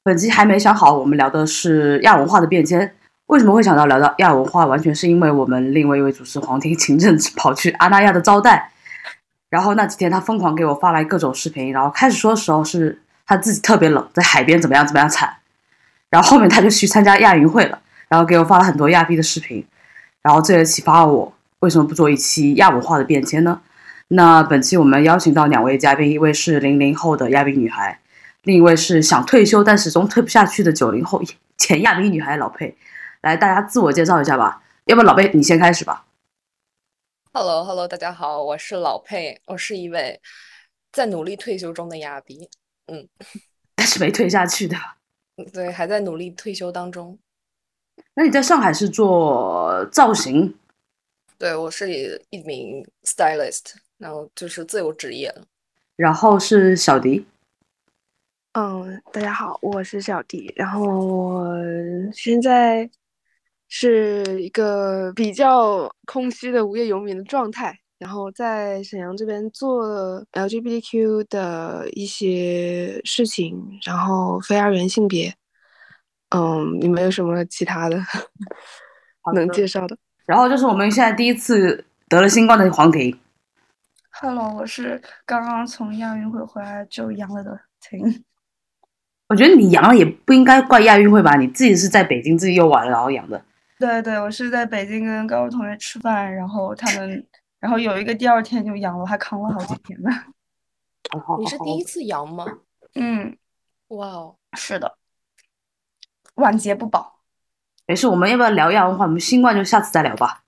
本期还没想好，我们聊的是亚文化的变迁。为什么会想到聊到亚文化？完全是因为我们另外一位主持黄婷前阵子跑去阿那亚的招待，然后那几天他疯狂给我发来各种视频，然后开始说的时候是他自己特别冷，在海边怎么样怎么样惨，然后后面他就去参加亚运会了，然后给我发了很多亚逼的视频，然后这也启发了我为什么不做一期亚文化的变迁呢？那本期我们邀请到两位嘉宾，一位是00后的亚逼女孩，另一位是想退休但始终退不下去的90后前亚逼女孩老佩。来，大家自我介绍一下吧，要不老佩你先开始吧。 Hello，大家好，我是老佩，我是一位在努力退休中的亚逼，嗯， 但是没退下去的。 对，还在努力退休当中。 那你在上海是做造型， 对，我是一名 stylist，然后就是自由职业了。 然后是小迪。 大家好，我是小迪，然后我现在是一个比较空虚的无业游民的状态，然后在沈阳这边做 LGBTQ 的一些事情，然后非二元性别。你们有什么其他的能介绍的？ 然后就是我们现在第一次得了新冠的黄婷。 Hello，我是刚刚从亚运会回来就阳了的婷。 我觉得你阳了也不应该怪亚运会吧，你自己是在北京自己又玩了然后阳的。 对，我是在北京跟高中同学吃饭，然后有一个第二天就阳了，还扛了好几天呢。 你是第一次阳吗？ 嗯， 哇哦， 是的，晚节不保。 没事，我们要不要聊亚文化？我们新冠就下次再聊吧。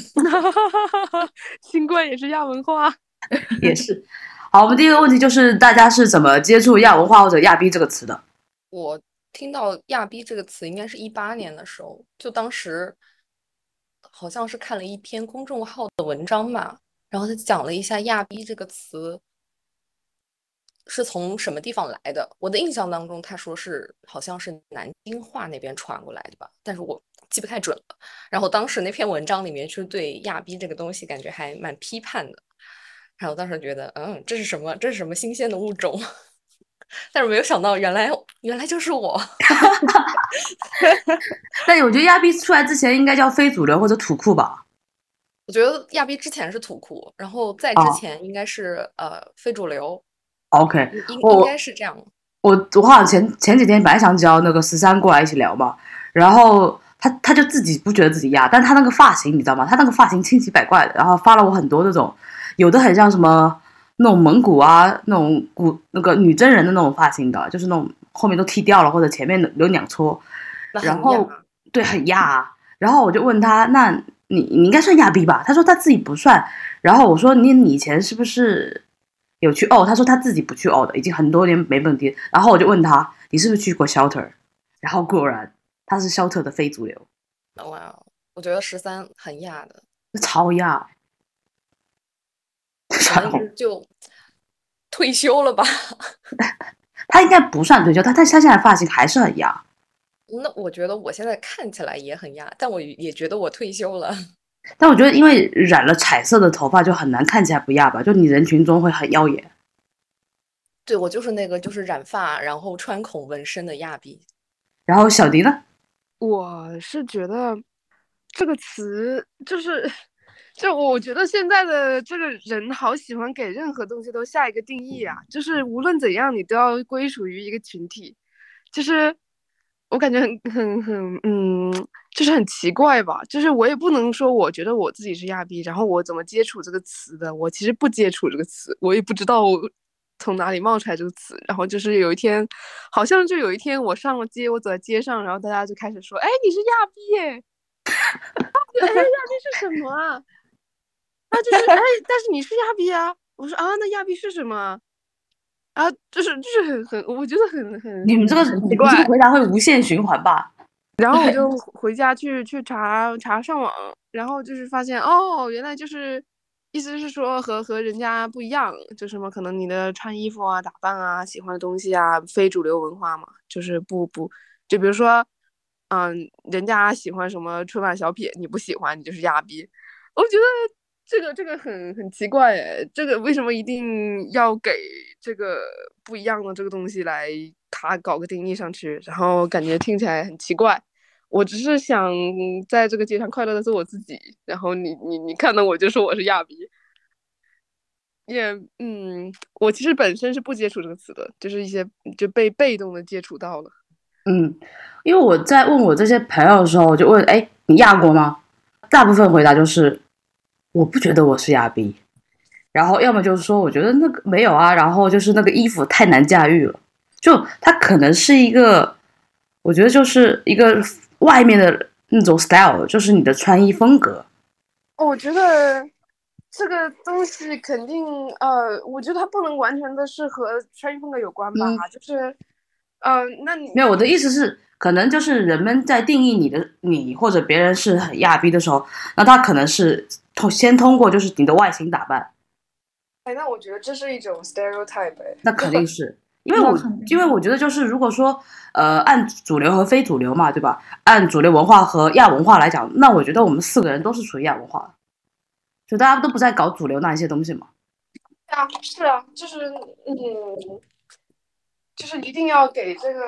新冠也是亚文化。 也是。好，我们第一个问题就是大家是怎么接触亚文化或者亚逼这个词的？ 我听到亚逼这个词应该是18年的时候，就当时好像是看了一篇公众号的文章嘛，然后他讲了一下亚逼这个词是从什么地方来的？我的印象当中，他说是好像是南京话那边传过来的吧，但是我记不太准了。然后当时那篇文章里面就是对亚逼这个东西感觉还蛮批判的，然后当时觉得，这是什么？这是什么新鲜的物种？但是没有想到，原来就是我。 但我觉得亚逼出来之前应该叫非主流或者土库吧。 我觉得亚逼之前是土库，然后在之前应该是非主流。 OK， 应该是这样。 我好像前几天本来想叫那个13过来一起聊嘛，然后他就自己不觉得自己亚，但他那个发型你知道吗？他那个发型千奇百怪的，然后发了我很多那种，有的很像什么那种蒙古啊那种那个女真人的那种发型的，就是那种后面都剃掉了或者前面留2撮，然后对很亚啊。然后我就问他，那你应该算亚逼吧？他说他自己不算。然后我说你以前是不是有去他说他自己不去的，已经很多年没蹦迪。然后我就问他，你是不是去过 shelter？ 然后果然他是 shelter 的非主流。 哇，我觉得13很亚的， 超亚。 可能就退休了吧。 他应该不算退休，但他现在的发型还是很亚。 那我觉得我现在看起来也很亚，但我也觉得我退休了。 但我觉得因为染了彩色的头发就很难看起来不亚吧，就你人群中会很耀眼。 对，我就是那个就是染发然后穿孔纹身的亚逼。 然后小迪呢？ 我是觉得这个词就我觉得现在的这个人好喜欢给任何东西都下一个定义啊，就是无论怎样你都要归属于一个群体，就是我感觉就是很奇怪吧，就是我也不能说我觉得我自己是亚逼，然后我怎么接触这个词的，我其实不接触这个词，我也不知道我从哪里冒出来这个词，然后就是有一天，好像就有一天我上了街，我走在街上，然后大家就开始说，哎，你是亚逼耶，哎，亚逼是什么啊？就是哎，但是你是亚逼啊！我说啊，那亚逼是什么啊？就是我觉得你们这个回答会无限循环吧？ 然后我就回家去查上网，然后就是发现哦，原来就是意思是说和人家不一样，就什么可能你的穿衣服啊、打扮啊、喜欢的东西啊，非主流文化嘛，就是不，就比如说，人家喜欢什么春晚小品，你不喜欢，你就是亚逼。我觉得这个很奇怪哎，这个为什么一定要给这个不一样的这个东西来他搞个定义上去，然后感觉听起来很奇怪。我只是想在这个街上快乐的做我自己，然后你看到我就说我是亚逼。也我其实本身是不接触这个词的，就是一些就被动的接触到了。 因为我在问我这些朋友的时候，我就问，哎，你亚过吗？大部分回答就是我不觉得我是亚逼，然后要么就是说我觉得那个没有啊，然后就是那个衣服太难驾驭了，就它可能是一个，我觉得就是一个外面的那种 style， 就是你的穿衣风格。 我觉得这个东西肯定我觉得它不能完全的是和穿衣风格有关吧，就是那你没有，我的意思是，可能就是人们在定义你或者别人是很亚逼的时候，那他可能是先通过就是你的外形打扮。 那我觉得这是一种 stereotype。 那肯定是因为我觉得就是如果说按主流和非主流嘛，对吧？按主流文化和亚文化来讲，那我觉得我们4个人都是属于亚文化的，就大家都不在搞主流那一些东西嘛。 是啊，就是一定要给这个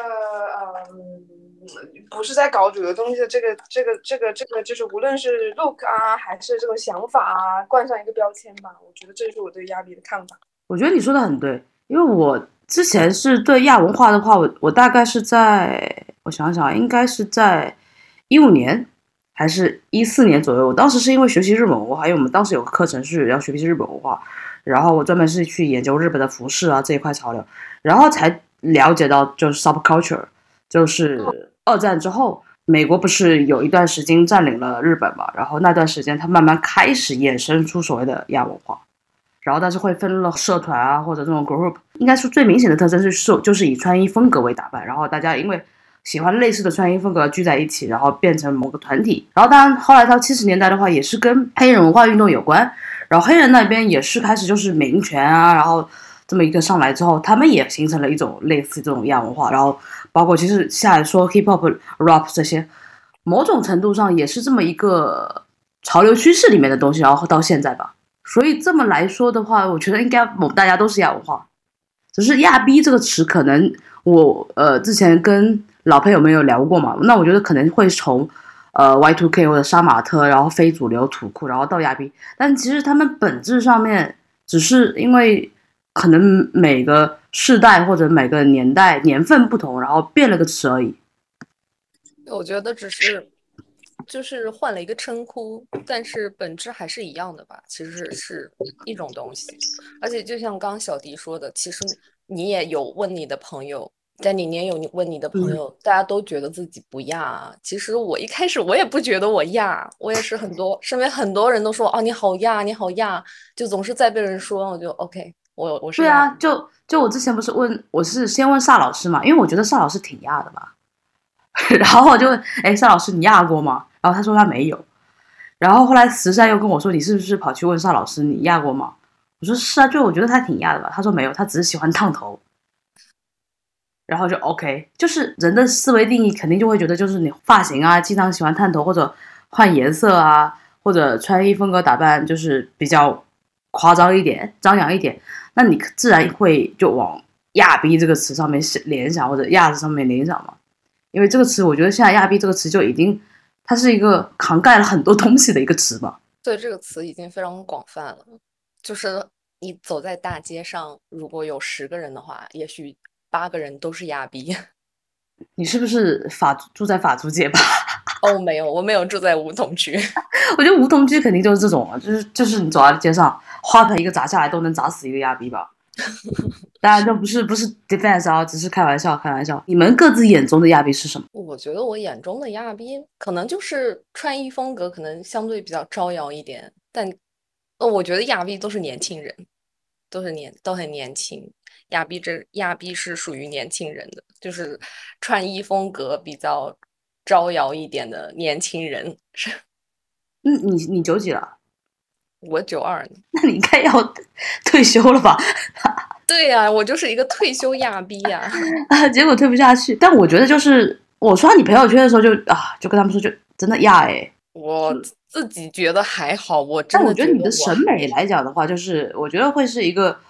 不是在搞主流东西的这个，就是无论是 look 啊还是这种想法啊，冠上一个标签吧。我觉得这是我对亚逼的看法。 我觉得你说的很对，因为我之前是对亚文化的话，我大概是在我想想，应该是在15年还是14年左右。我当时是因为学习日本文化，因为我们当时有个课程是要学习日本文化，然后我专门是去研究日本的服饰啊这一块潮流，然后才了解到就是 subculture， 就是2战之后，美国不是有一段时间占领了日本嘛，然后那段时间它慢慢开始衍生出所谓的亚文化。然后但是会分了社团啊或者这种 group， 应该是最明显的特征就是以穿衣风格为打扮，然后大家因为喜欢类似的穿衣风格聚在一起，然后变成某个团体。然后当然后来到70年代的话，也是跟黑人文化运动有关，然后黑人那边也是开始就是民权啊，然后这么一个上来之后，他们也形成了一种类似这种亚文化，然后包括其实下来说 hip hop、rap 这些，某种程度上也是这么一个潮流趋势里面的东西，然后到现在吧。所以这么来说的话，我觉得应该我们大家都是亚文化，只是亚逼这个词可能我之前跟老朋友们有聊过嘛，那我觉得可能会从Y2K 或者杀马特，然后非主流土库，然后到亚逼，但其实他们本质上面只是因为可能每个世代或者每个年代年份不同，然后变了个词而已。 我觉得只是就是换了一个称呼，但是本质还是一样的吧，其实是一种东西。而且就像刚刚小迪说的，其实你也有问你的朋友，在你也有问你的朋友，大家都觉得自己不亚。其实我一开始我也不觉得我亚，我也是身边很多人都说哦你好亚你好亚，就总是在被人说，我就 OK， 我是亚。 对啊，就我之前不是问，我是先问萨老师嘛，因为我觉得萨老师挺亚的嘛。然后我就问，哎，邵老师你亚过吗？然后他说他没有。然后后来慈善又跟我说，你是不是跑去问邵老师你亚过吗？我说是啊，就我觉得他挺亚的吧。他说没有，他只是喜欢烫头。然后就 OK， 就是人的思维定义肯定就会觉得，就是你发型啊，经常喜欢烫头或者换颜色啊，或者穿衣风格打扮就是比较夸张一点、张扬一点，那你自然会就往亚逼这个词上面联想，或者亚字上面联想嘛。因为这个词，我觉得现在亚逼这个词就已经，它是一个涵盖了很多东西的一个词吧。 对，这个词已经非常广泛了。就是你走在大街上，如果有10个人的话，也许8个人都是亚逼。 你是不是住在法租界吧？ 哦，没有，我没有住在梧桐区。 我觉得梧桐区肯定就是这种啊，就是你走在街上，花盆一个砸下来都能砸死一个亚逼吧。当然这不是 defense 啊，只是开玩笑。你们各自眼中的亚逼是什么？ 我觉得我眼中的亚逼可能就是穿衣风格可能相对比较招摇一点，但我觉得亚逼都是年轻人，都很年轻。亚逼是属于年轻人的，就是穿衣风格比较招摇一点的年轻人。 你9几了？ 我92呢。 那你应该要退休了吧？ 对呀，我就是一个退休亚逼呀。 结果退不下去。但我觉得就是我刷你朋友圈的时候就跟他们说，就真的亚哎。 我自己觉得还好，我真的但我觉得你的审美来讲的话，就是我觉得会是一个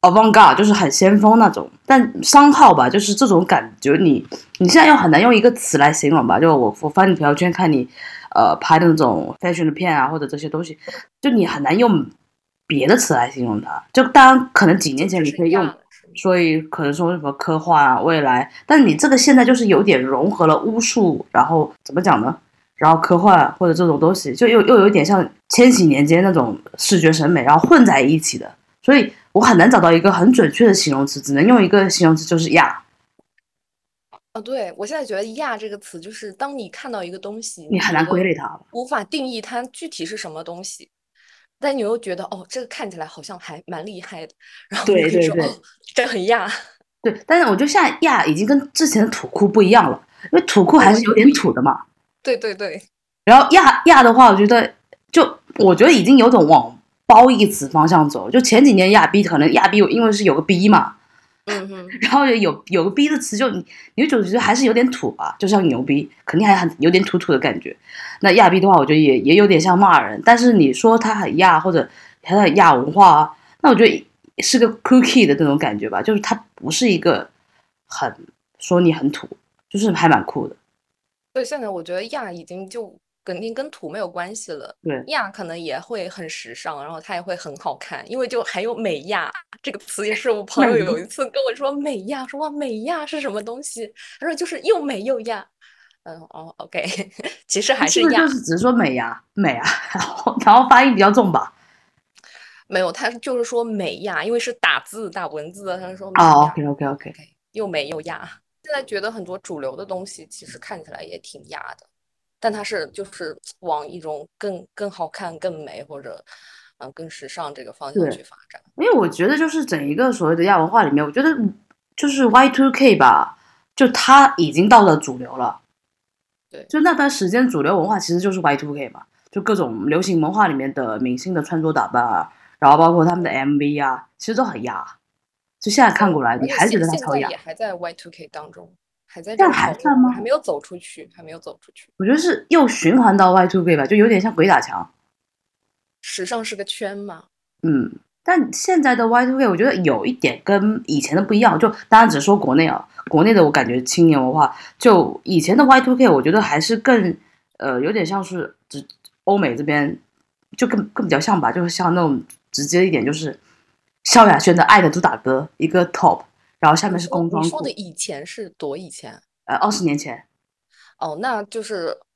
avant-garde，就是很先锋那种。但商号吧，就是这种感觉你现在很难用一个词来形容吧。就我翻你朋友圈看你拍的那种 fashion 的片啊，或者这些东西，就你很难用别的词来形容它。就当然可能几年前你可以用，所以可能说什么科幻啊、未来，但你这个现在就是有点融合了巫术，然后怎么讲呢？然后科幻或者这种东西，就又有一点像千禧年间那种视觉审美，然后混在一起的，所以我很难找到一个很准确的形容词，只能用一个形容词，就是亚。 对，我现在觉得“亚”这个词，就是当你看到一个东西， 你很难归类它， 无法定义它具体是什么东西，但你又觉得这个看起来好像还蛮厉害的，然后你可以说这很亚。 对，但是我觉得现在亚已经跟之前的土库不一样了，因为土库还是有点土的嘛。 对对对。 然后亚的话，我觉得已经有种往褒义词方向走。就前几年亚逼，可能亚逼因为是有个逼嘛，然后有个逼的词你就觉得还是有点土吧，就像牛逼，肯定还很有点土土的感觉。那亚逼的话，我觉得也有点像骂人，但是你说它很亚或者它很亚文化啊，那我觉得是个 cookie 的那种感觉吧，就是它不是一个很说你很土，就是还蛮酷的。 对，现在我觉得亚已经就肯定跟土没有关系了。 对， 亚可能也会很时尚，然后它也会很好看，因为就还有美亚这个词，也是我朋友有一次跟我说美亚，说哇美亚是什么东西？他说就是又美又亚。OK， 其实还是亚， 就是只是说美啊，然后发音比较重吧。 没有，他就是说美亚，因为是打文字，他说美亚。 OK， 又美又亚。现在觉得很多主流的东西其实看起来也挺亚的，但它就是往一种更好看、更美或者更时尚这个方向去发展。 因为我觉得就是整一个所谓的亚文化里面，我觉得就是 Y2K 吧，就它已经到了主流了。 对， 就那段时间主流文化其实就是 Y2K 嘛，就各种流行文化里面的明星的穿着打扮啊，然后包括他们的 MV 啊，其实都很亚。就现在看过来，你还觉得它超亚？ 现在也还在 Y2K 当中，还在这样还算吗？ 还没有走出去。 我觉得是又循环到 Y2K 吧，就有点像鬼打墙。 时尚是个圈嘛。 但现在的 Y2K 我觉得有一点跟以前的不一样，就当然只说国内啊，国内的我感觉青年文化，就以前的 Y2K 我觉得还是更有点像是欧美这边就更比较像吧，就是像那种直接一点，就是萧亚轩的《爱的主打歌》一个 top， 然后下面是工装裤。 你说的以前是多以前 ？20年前。 那就是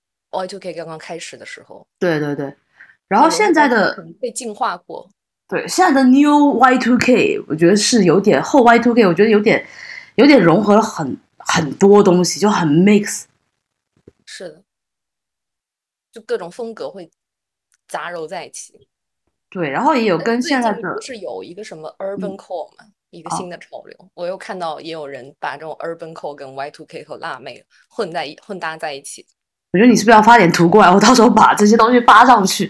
Y2K 刚刚开始的时候。 对，然后现在的被进化过。 对，现在的 New Y2K 我觉得是有点后 Y2K， 我觉得有点融合了很多东西，就很 mix。 是的，就各种风格会杂糅在一起。 对，然后也有跟现在的不是有一个什么 Urban Core 吗？一个新的潮流，我又看到也有人把这种 Urban Core 跟 Y2K 和辣妹混搭在一起。 我觉得你是不是要发点图过来，我到时候把这些东西发上去。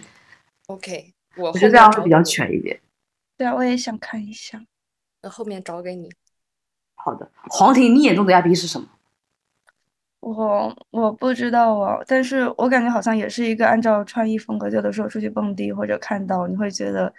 OK， 我觉得这样会比较全一点。 对啊，我也想看一下。 那后面找给你。 好的，黄婷，你眼中的亚逼是什么？ 我不知道啊，但是我感觉好像也是一个按照穿衣风格，有的时候出去蹦迪或者看到，你会觉得，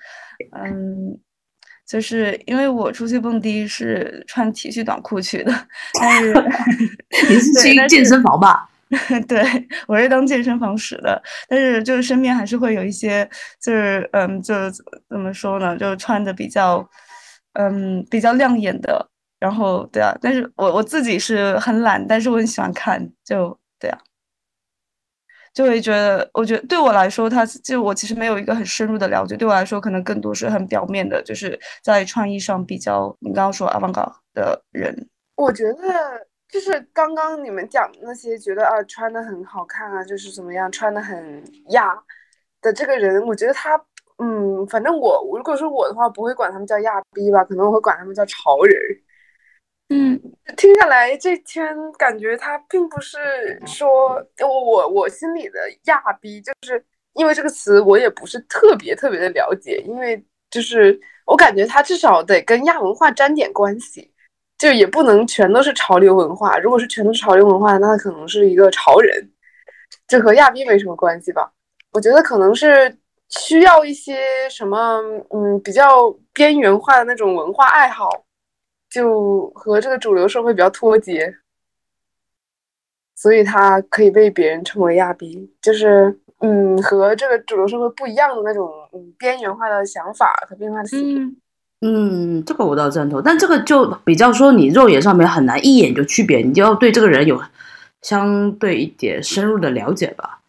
就是因为我出去蹦迪是穿体育短裤去的，但是你是去健身房吧？ 对，我是当健身房使的，但是就是身边还是会有一些，就是就怎么说呢，就穿的比较亮眼的。然后对啊，但是我自己是很懒，但是我很喜欢看，就对啊，就会觉得，我觉得对我来说，我其实没有一个很深入的了解，对我来说可能更多是很表面的，就是在穿衣上比较，你刚刚说 avant-garde 的人， 我觉得就是刚刚你们讲的那些，觉得穿的很好看啊，就是怎么样穿的很亚的这个人，我觉得他反正如果是我的话，不会管他们叫亚逼吧，可能我会管他们叫潮人。听下来这圈感觉他并不是说我心里的亚逼，就是因为这个词我也不是特别的了解，因为就是我感觉他至少得跟亚文化沾点关系，就也不能全都是潮流文化。如果是全都是潮流文化，那可能是一个潮人，这和亚逼没什么关系吧。我觉得可能是需要一些什么比较边缘化的那种文化爱好，就和这个主流社会比较脱节，所以它可以被别人称为亚逼，就是和这个主流社会不一样的那种边缘化的想法和边缘化的思想。 这个我倒赞同，但这个就比较说你肉眼上面很难一眼就区别，你就要对这个人有相对一点深入的了解吧。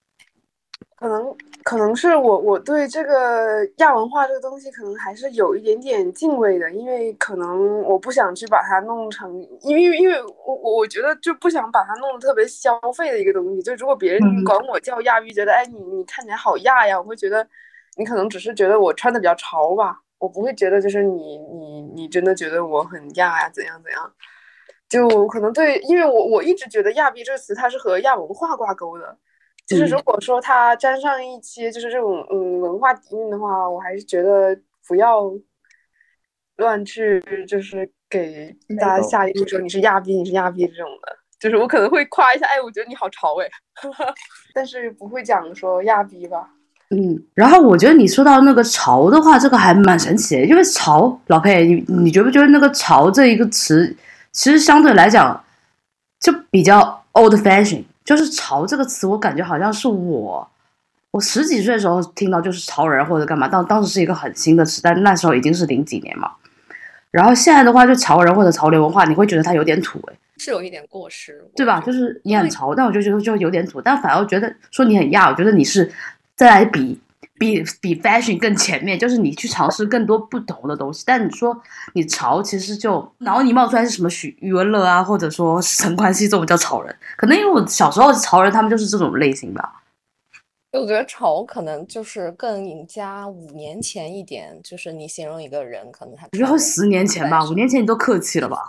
可能是我对这个亚文化这个东西可能还是有一点点敬畏的，因为可能我不想去把它弄成，因为我觉得就不想把它弄得特别消费的一个东西。就如果别人管我叫亚逼，觉得哎你看起来好亚呀，我会觉得你可能只是觉得我穿的比较潮吧，我不会觉得就是你真的觉得我很亚呀怎样怎样。就可能对，因为我一直觉得亚逼这个词它是和亚文化挂钩的。就是如果说它沾上一些就是这种文化底蕴的话，我还是觉得不要乱去就是给大家下一个说你是亚逼你是亚逼这种的，就是我可能会夸一下，哎，我觉得你好潮哎，但是不会讲说亚逼吧。 然后我觉得你说到那个潮的话，这个还蛮神奇的，因为潮，老佩，你觉不觉得那个潮这一个词，其实相对来讲就比较 old fashion，就是潮这个词，我感觉好像是我十几岁的时候听到就是潮人或者干嘛，当时是一个很新的词，但那时候已经是零几年嘛。然后现在的话，就潮人或者潮流文化，你会觉得它有点土是有一点过时， 对吧？就是你很潮，但我就觉得就有点土，但反而觉得说你很亚，我觉得你是再来比 fashion 更前面，就是你去尝试更多不同的东西。但你说你潮，其实就脑里冒出来是什么余文乐啊，或者说陈冠希这种叫潮人，可能因为我小时候潮人他们就是这种类型吧。 我觉得潮可能就是更加5年前一点，就是你形容一个人，可能他我觉得会10年前吧，5年前你都客气了吧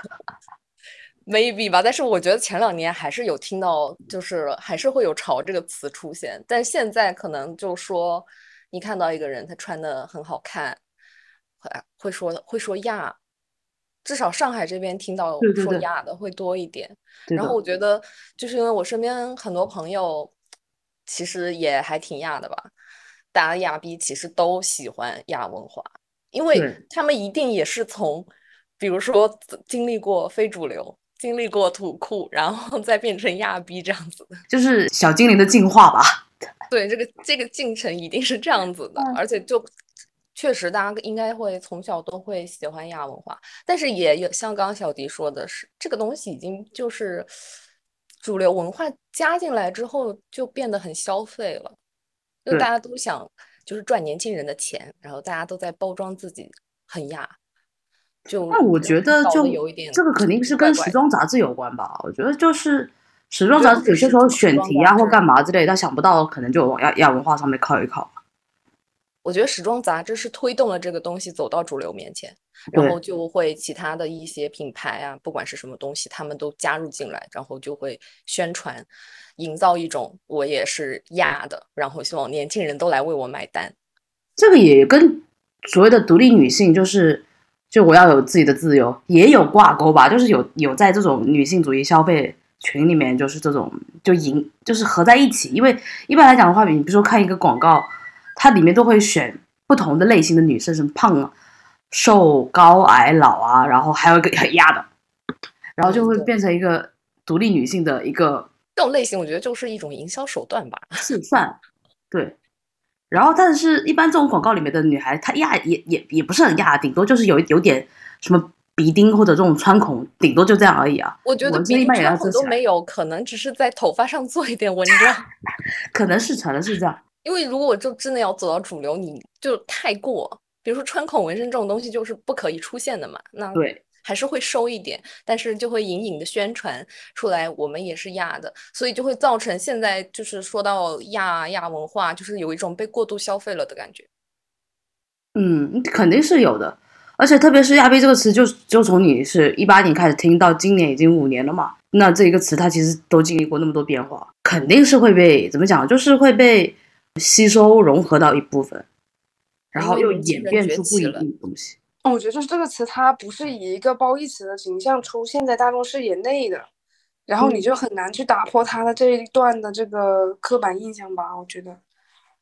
？maybe 吧，但是我觉得前2年还是有听到，就是还是会有潮这个词出现，但现在可能就说你看到一个人他穿的很好看，会说亚，至少上海这边听到说亚的会多一点。然后我觉得就是因为我身边很多朋友其实也还挺亚的吧，大家亚逼其实都喜欢亚文化，因为他们一定也是从比如说经历过非主流，经历过土库，然后再变成亚逼这样子的， 就是小精灵的进化吧。 对，这个进程一定是这样子的，而且就确实大家应该会从小都会喜欢亚文化，但是也有像刚刚小迪说的是，这个东西已经就是主流文化加进来之后就变得很消费了，就大家都想就是赚年轻人的钱，然后大家都在包装自己很亚。 那我觉得就这个肯定是跟时装杂志有关吧。我觉得就是时装杂志有些时候选题啊或干嘛之类，他想不到可能就往亚文化上面靠一靠。 我觉得时装杂志是推动了这个东西走到主流面前，然后就会其他的一些品牌啊，不管是什么东西，他们都加入进来，然后就会宣传，营造一种我也是亚的，然后希望年轻人都来为我买单。 这个也跟所谓的独立女性，就我要有自己的自由，也有挂钩吧。就是有在这种女性主义消费群里面，就是这种就是合在一起。因为一般来讲的话，你比如说看一个广告。它里面都会选不同的类型的女生，什么胖、瘦、高、矮、老啊，然后还有一个很亚的，然后就会变成一个独立女性的一个这种类型，我觉得就是一种营销手段吧， 示范。对，然后但是一般这种广告里面的女孩，她亚也不是很亚，顶多就是有点什么鼻钉或者这种穿孔，顶多就这样而已啊。 我觉得鼻钉穿孔都没有，可能只是在头发上做一点文章， 可能是这样。 因为如果我就真的要走到主流，你就太过，比如说穿孔纹身这种东西就是不可以出现的嘛，那对还是会收一点，但是就会隐隐的宣传出来我们也是亚的，所以就会造成现在就是说到亚文化，就是有一种被过度消费了的感觉。 肯定是有的，而且特别是亚逼这个词就从你是18年开始听到今年已经5年了嘛，那这一个词它其实都经历过那么多变化，肯定是会被怎么讲，就是会被吸收融合到一部分，然后又演变出不一定的东西。 我觉得这个词它不是以一个褒义词的形象出现在大众视野内的，然后你就很难去打破它的这一段的这个刻板印象吧，我觉得。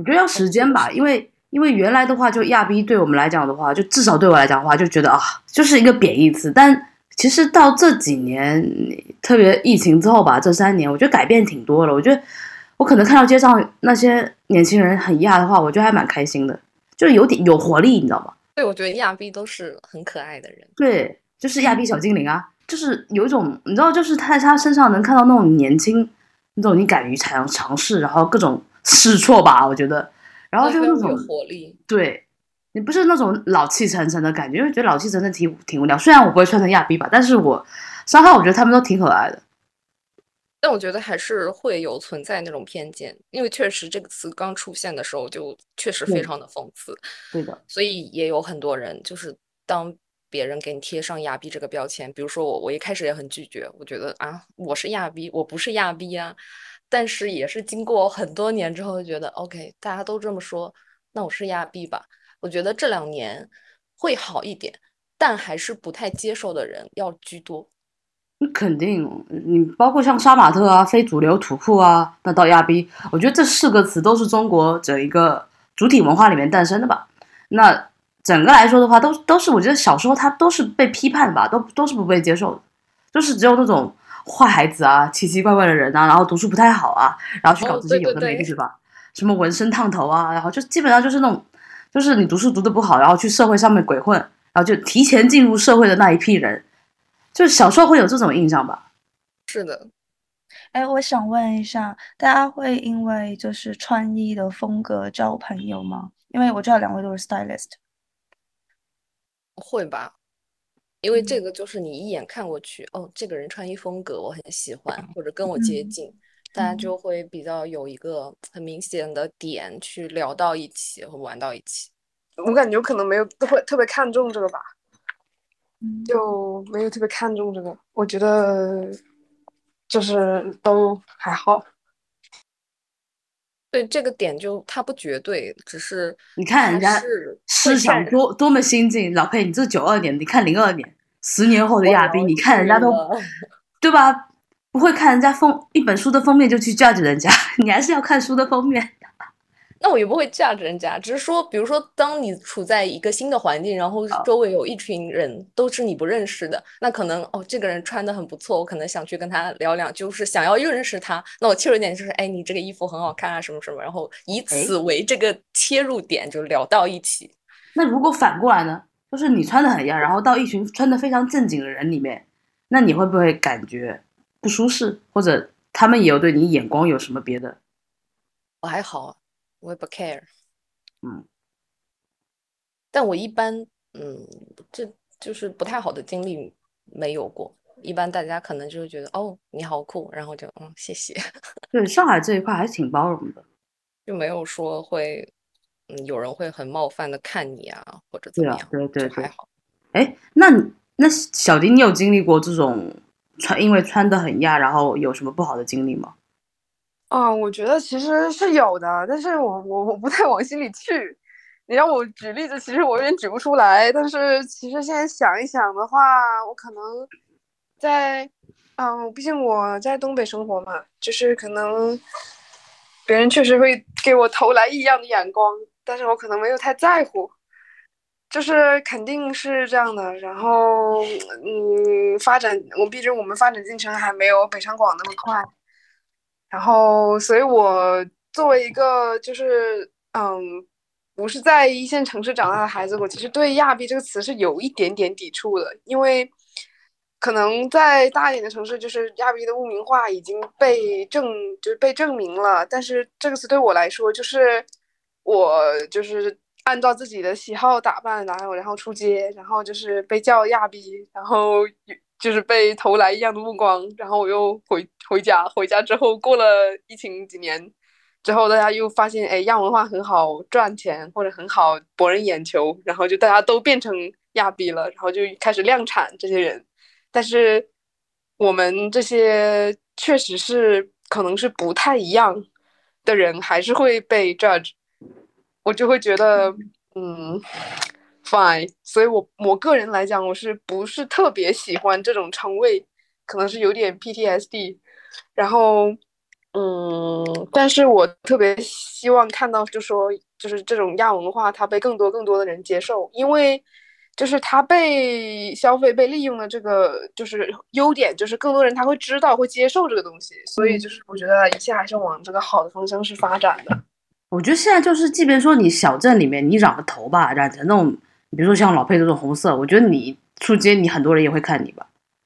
我觉得要时间吧，因为原来的话，就亚逼对我们来讲的话，就至少对我来讲的话，就觉得啊，就是一个贬义词。但其实到这几年，特别疫情之后吧，这3年，我觉得改变挺多了。我觉得我可能看到街上那些年轻人很亚的话，我觉得还蛮开心的，就是有点有活力，你知道吗？ 对，我觉得亚逼都是很可爱的人。 对，就是亚逼小精灵啊，就是有一种你知道，就是在他身上能看到那种年轻，那种你敢于尝试，然后各种试错吧，我觉得，然后就那种有活力。 对你不是那种老气沉沉的感觉，因为觉得老气沉沉挺无聊。虽然我不会穿成亚逼吧，但是我三号我觉得他们都挺可爱的。 但我觉得还是会有存在那种偏见，因为确实这个词刚出现的时候就确实非对常的讽刺， 对的， 所以也有很多人就是当别人给你贴上亚逼这个标签，比如说我一开始也很拒绝，我觉得啊我是亚逼，我不是亚逼啊，但是也是经过很多年之后，觉得 OK，大家都这么说，那我是亚逼吧。我觉得这2年会好一点，但还是不太接受的人要居多。 那肯定，你包括像杀马特啊、非主流土库啊，那到亚逼，我觉得这4个词都是中国整一个主体文化里面诞生的吧。那整个来说的话，都是我觉得小时候他都是被批判的吧，都是不被接受的，就是只有那种坏孩子啊、奇奇怪怪的人啊，然后读书不太好啊，然后去搞这些对有的没的， 对对， 对吧？什么纹身烫头啊，然后就基本上就是那种，就是你读书读得不好，然后去社会上面鬼混，然后就提前进入社会的那一批人，就是小时候会有这种印象吧。 是的。 哎，我想问一下，大家会因为就是穿衣的风格交朋友吗？因为我知道两位都是 stylist。 会吧，因为这嗯个就是你一眼看过去，哦，这个人穿衣风格我很喜欢，或者跟我接嗯近，大家嗯就会比较有一个很明显的点去聊到一起和玩到一起。 我感觉我可能没有特别看重这个吧， 嗯。 就没有特别看重这个。我觉得就是都还好。 对，这个点就它不绝对，只是你看它人家是会思想骗人。 多么新进，老佩，你这92年，你看02年10年后的我亚逼， 了你看人解家都了。 对吧？不会看人家一本书的封面就去 judge 人家，你还是要看书的封面。 那我也不会架着人家，只是说，比如说，当你处在一个新的环境，然后周围有一群人都是你不认识的，那可能哦，这个人穿的很不错，我可能想去跟他聊两，就是想要认识他。那我切入点就是，哎，你这个衣服很好看啊，什么什么，然后以哎， 此为这个切入点，就聊到一起。 那如果反过来呢？就是你穿的很亚，然后到一群穿的非常正经的人里面，那你会不会感觉不舒适，或者他们也有对你眼光有什么别的？ 我还好，我也不 care。 嗯， 但我一般，这就是不太好的经历没有过。一般大家可能就会觉得，哦，你好酷，然后就谢谢。 对，上海这一块还是挺包容的。 就没有说会，有人会很冒犯的看你啊，或者怎对啊， 么样， 对对对。 就还好。 哎，那小迪，你有经历过这种因为穿的很亚，然后有什么不好的经历吗？ 啊，我觉得其实是有的，但是我不太往心里去。你让我举例子，其实我有点举不出来。但是其实现在想一想的话，我可能在，毕竟我在东北生活嘛，就是可能别人确实会给我投来异样的眼光，但是我可能没有太在乎。就是肯定是这样的，然后，发展，毕竟我们发展进程还没有北上广那么快，然后，所以我作为一个就是不是在一线城市长大的孩子，我其实对"亚逼"这个词是有一点点抵触的，因为可能在大一点的城市，就是"亚逼"的污名化已经就是被证明了，但是这个词对我来说，就是我就是按照自己的喜好打扮，然后出街，然后就是被叫"亚逼"，然后就是被投来异样的目光，然后我又回家，回家之后过了疫情几年之后，大家又发现，哎，亚文化很好赚钱，或者很好博人眼球，然后就大家都变成亚逼了，然后就开始量产这些人。但是我们这些确实是可能是不太一样的人，还是会被 judge。我就会觉得，嗯，fine。所以我个人来讲，我是不是特别喜欢这种称谓？可能是有点 PTSD。然后但是我特别希望看到，就是这种亚文化，它被更多的人接受，因为就是它被消费、被利用的这个就是优点，就是更多人他会知道、会接受这个东西，所以就是我觉得一切还是往这个好的方向是发展的。 我觉得现在就是，即便说你小镇里面你染个头吧，染成那种，比如说像老佩这种红色，我觉得你出街，你很多人也会看你吧。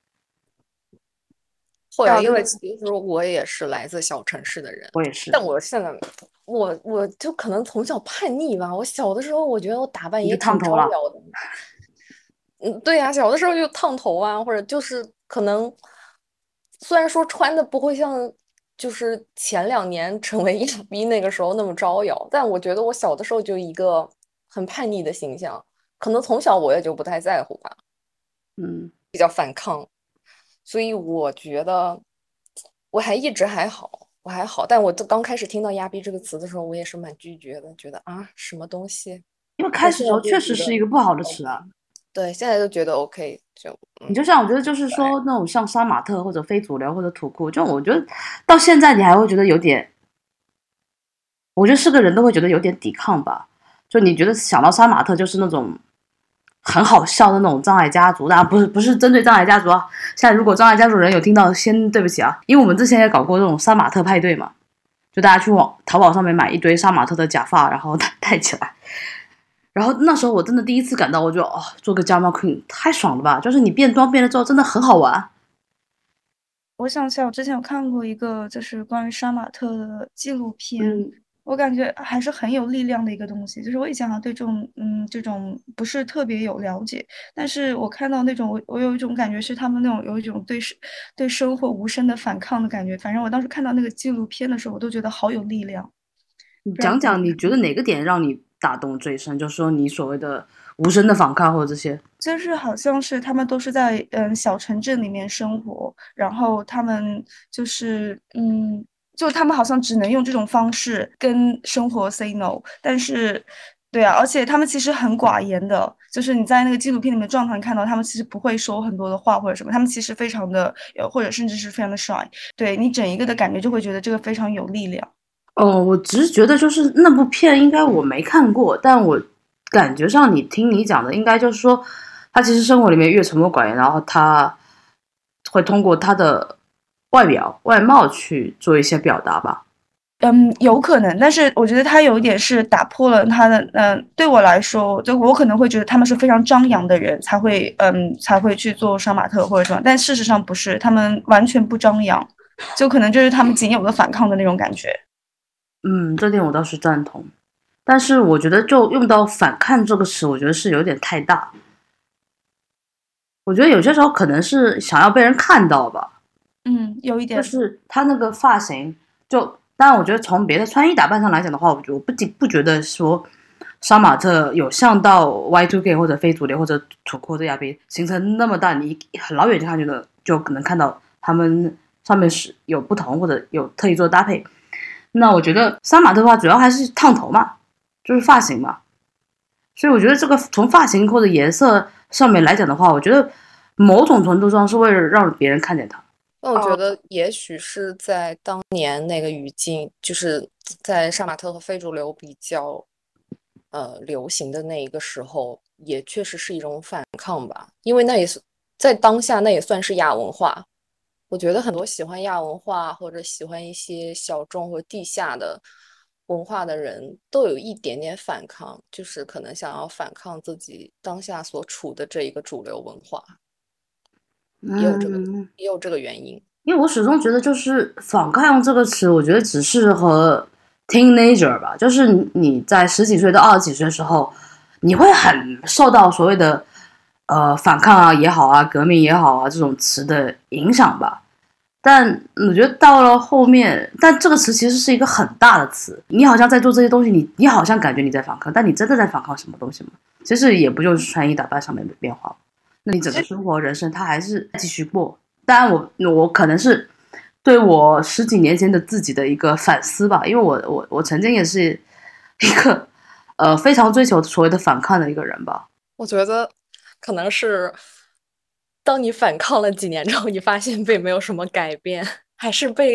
会啊，因为其实我也是来自小城市的人， 我也是。 但我现在，我就可能从小叛逆吧。我小的时候，我觉得我打扮也挺招摇的。对呀，小的时候就烫头啊，或者就是可能，虽然说穿的不会像就是前2年成为亚逼那个时候那么招摇，但我觉得我小的时候就一个很叛逆的形象，可能从小我也就不太在乎吧，比较反抗。所以我觉得我一直还好，我还好。但我刚开始听到"亚逼"这个词的时候，我也是蛮拒绝的，觉得啊，什么东西？ 因为开始的时候确实是一个不好的词啊。 对，现在就觉得 OK， 你就像我觉得就是说那种像杀马特或者非主流或者土库，就我觉得到现在你还会觉得有点，我觉得是个人都会觉得有点抵抗吧。就你觉得想到杀马特就是那种很好笑的那种障碍家族，当然不是针对障碍家族啊。现在如果障碍家族人有听到，先对不起啊，因为我们之前也搞过这种杀马特派对嘛，就大家去淘宝上面买一堆杀马特的假发，然后戴起来。然后那时候我真的第一次感到，我就做个 Drama Queen 太爽了吧！就是你变装变了之后，真的很好玩。 我想起来，我之前有看过一个就是关于杀马特的纪录片，我感觉还是很有力量的一个东西。就是我以前好像对这种不是特别有了解，但是我看到那种我有一种感觉是他们那种有一种对生活无声的反抗的感觉。反正我当时看到那个纪录片的时候，我都觉得好有力量。 你讲讲你觉得哪个点让你打动最深？就是说你所谓的无声的反抗或者这些， 就是好像是他们都是在小城镇里面生活，然后他们就是就他们好像只能用这种方式跟生活 say no， 但是对啊，而且他们其实很寡言的，就是你在那个纪录片里面状态看到他们其实不会说很多的话或者什么，他们其实非常的或者甚至是非常的 shy， 对你整一个的感觉就会觉得这个非常有力量。 我只是觉得就是那部片应该我没看过，但我感觉上听你讲的应该就是说，他其实生活里面越沉默寡言，然后他会通过他的外貌去做一些表达吧。 有可能，但是我觉得他有一点是打破了他的，对我来说，就我可能会觉得他们是非常张扬的人才会去做杀马特或者什么，但事实上不是，他们完全不张扬，就可能就是他们仅有的反抗的那种感觉。 这点我倒是赞同，但是我觉得就用到反抗这个词，我觉得是有点太大。我觉得有些时候可能是想要被人看到吧。 有一点， 就是他那个发型，当然我觉得从别的穿衣打扮上来讲的话，我不觉得说杀马特有像到 Y2K 或者非主流或者土库这亚裔形成那么大，你很老远就看就可能看到他们上面是有不同或者有特意做搭配。那我觉得杀马特的话，主要还是烫头嘛，就是发型嘛。所以我觉得这个从发型或者颜色上面来讲的话，我觉得某种程度上是为了让别人看见他。 那我觉得也许是在当年那个语境，就是在杀马特和非主流比较流行的那一个时候，也确实是一种反抗吧，因为那也是在当下，那也算是亚文化。我觉得很多喜欢亚文化或者喜欢一些小众或地下的文化的人，都有一点点反抗，就是可能想要反抗自己当下所处的这一个主流文化。也有这个原因。 因为我始终觉得就是反抗这个词，我觉得只适合 teenager 吧，就是你在10几岁到20几岁的时候，你会很受到所谓的反抗啊也好啊，革命也好啊这种词的影响吧。但我觉得到了后面，但这个词其实是一个很大的词，你好像在做这些东西，你好像感觉你在反抗，但你真的在反抗什么东西吗？其实也不就是穿衣打扮上面的变化，那你整个生活人生它还是继续过。当然我可能是对我10几年前的自己的一个反思吧，因为我曾经也是一个非常追求所谓的反抗的一个人吧。 我觉得可能是当你反抗了几年之后，你发现并没有什么改变，还是被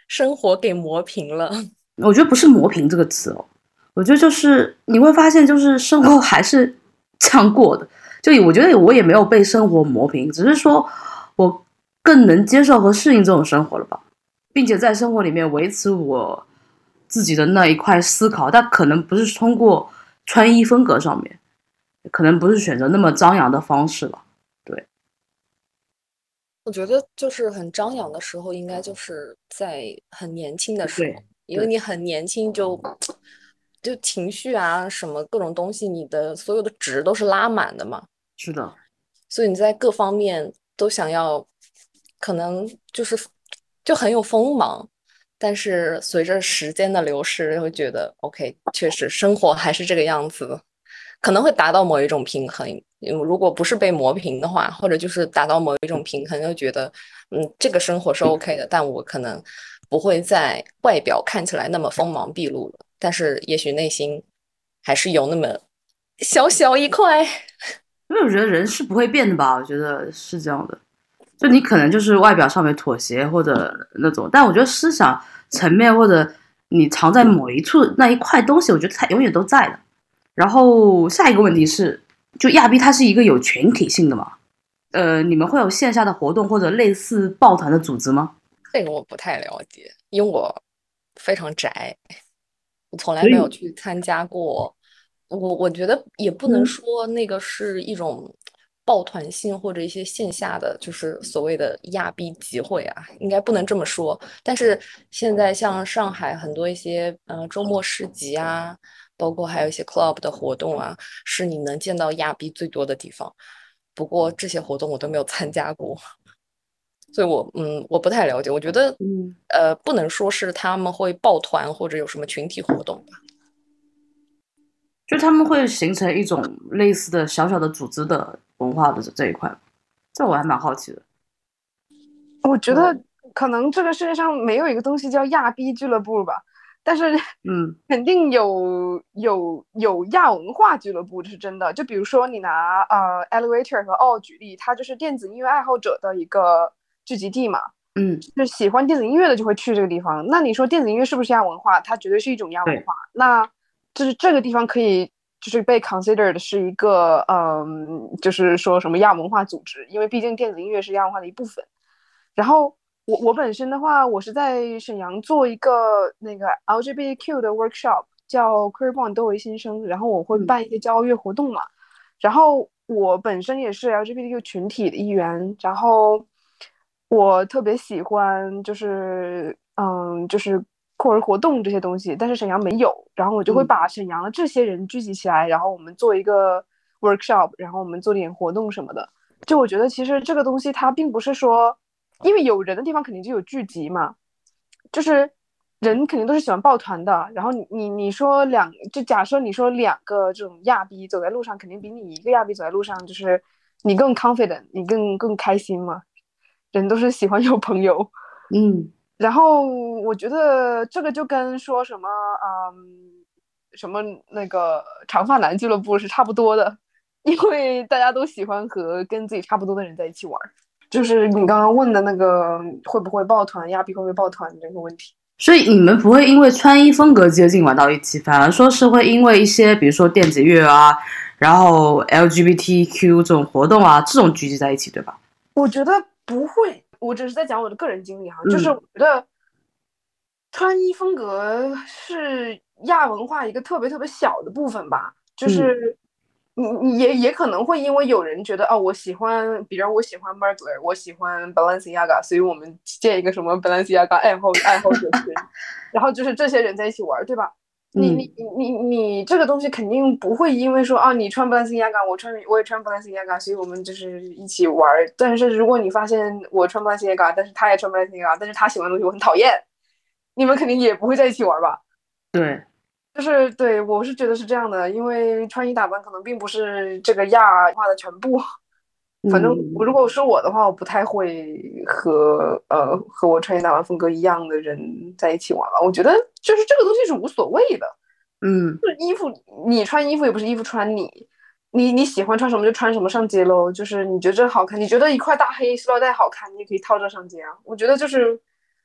生活给磨平了。 我觉得不是磨平这个词哦，我觉得就是你会发现，就是生活还是这样过的。就我觉得我也没有被生活磨平，只是说我更能接受和适应这种生活了吧，并且在生活里面维持我自己的那一块思考，但可能不是通过穿衣风格上面，可能不是选择那么张扬的方式了。对， 我觉得就是很张扬的时候，应该就是在很年轻的时候， 对， 因为你很年轻就情绪啊什么各种东西，你的所有的值都是拉满的嘛， 是的， 所以你在各方面都想要，可能就很有锋芒。但是随着时间的流逝，会觉得 OK，确实生活还是这个样子，可能会达到某一种平衡。如果不是被磨平的话，或者就是达到某一种平衡，就觉得这个生活是 OK 的，但我可能不会在外表看起来那么锋芒毕露了，但是也许内心还是有那么小小一块。 因为我觉得人是不会变的吧，我觉得是这样的。就你可能就是外表上面妥协或者那种，但我觉得思想层面或者你藏在某一处那一块东西，我觉得它永远都在的。然后下一个问题是，就亚逼它是一个有群体性的嘛？你们会有线下的活动或者类似抱团的组织吗？ 这个我不太了解，因为我非常宅，我从来所以， 没有去参加过。我觉得也不能说那个是一种抱团性或者一些线下的，就是所谓的亚逼集会啊，应该不能这么说。但是现在像上海很多一些周末市集啊，包括还有一些 club 的活动啊，是你能见到亚逼最多的地方。不过这些活动我都没有参加过。所以我不太了解，我觉得不能说是他们会抱团或者有什么群体活动吧。 就他们会形成一种类似的小小的组织的文化的这一块，这我还蛮好奇的。 我觉得可能这个世界上没有一个东西叫亚逼俱乐部吧，但是肯定有亚文化俱乐部，这是真的。就比如说你拿Elevator 和 All 举例，它就是电子音乐爱好者的一个聚集地嘛。就喜欢电子音乐的就会去这个地方。那你说电子音乐是不是亚文化？它绝对是一种亚文化。那就是这个地方可以就是被 considered 是一个就是说什么亚文化组织，因为毕竟电子音乐是亚文化的一部分。然后我本身的话，我是在沈阳做一个那个 LGBTQ 的 workshop，叫 Queerborn 多维新生，然后我会办一些交乐活动嘛。然后我本身也是 LGBTQ 群体的一员，然后我特别喜欢就是酷儿活动这些东西，但是沈阳没有，然后我就会把沈阳的这些人聚集起来，然后我们做一个 workshop，然后我们做点活动什么的。就我觉得其实这个东西它并不是说，因为有人的地方肯定就有聚集嘛，就是人肯定都是喜欢抱团的。然后你说就假设你说两个这种亚逼走在路上，肯定比你一个亚逼走在路上，就是你更 confident，你更开心嘛。人都是喜欢有朋友，然后我觉得这个就跟说什么什么那个长发男俱乐部是差不多的，因为大家都喜欢和跟自己差不多的人在一起玩。就是你刚刚问的那个会不会抱团，亚逼会不会抱团这个问题。 所以你们不会因为穿衣风格接近玩到一起，反而说是会因为一些比如说电子乐啊，然后 LGBTQ 这种活动啊，这种聚集在一起，对吧？ 我觉得不会，我只是在讲我的个人经历哈，就是我觉得穿衣风格是亚文化一个特别特别小的部分吧，就是你也可能会因为有人觉得我喜欢，比如我喜欢 Mugler， 我喜欢 Balenciaga， 所以我们建一个什么 Balenciaga 爱好者群，然后就是这些人在一起玩，对吧？你这个东西肯定不会因为说你穿 Balenciaga， 我也穿 Balenciaga， 所以我们就是一起玩。但是如果你发现我穿 Balenciaga， 但是他也穿 Balenciaga， 但是他喜欢的东西我很讨厌，你们肯定也不会在一起玩吧？ 对， 就是对，我是觉得是这样的，因为穿衣打扮可能并不是这个亚文化的全部。反正如果是我的话，我不太会和我穿衣打扮风格一样的人在一起玩吧。我觉得就是这个东西是无所谓的。就是衣服，你穿衣服也不是衣服穿你喜欢穿什么就穿什么上街喽。就是你觉得这好看，你觉得一块大黑塑料袋好看，你也可以套这上街啊。我觉得就是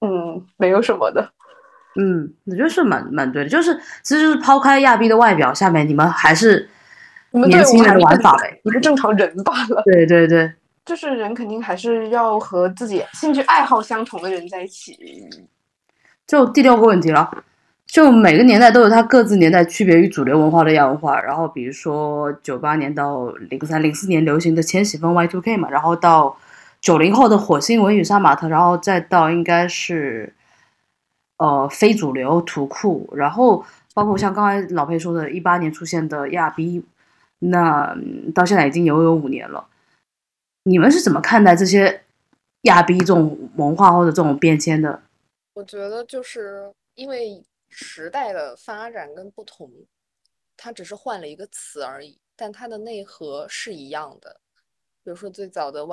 没有什么的。 我觉得是蛮对的，其实就是抛开亚逼的外表，下面你们还是年轻人的玩法呗， 一个正常人罢了。 对对对， 就是人肯定还是要和自己兴趣爱好相同的人在一起。 就第6个问题了，就每个年代都有它各自年代区别于主流文化的亚文化，然后比如说98年到04年流行的千禧风 Y2K 嘛，然后到90后的火星文与杀马特，然后再到应该是非主流土库，然后包括像刚才老裴说的18年出现的亚逼，那到现在已经有5年了。你们是怎么看待这些亚逼这种文化或者这种变迁的？ 我觉得就是因为时代的发展跟不同，它只是换了一个词而已，但它的内核是一样的。比如说最早的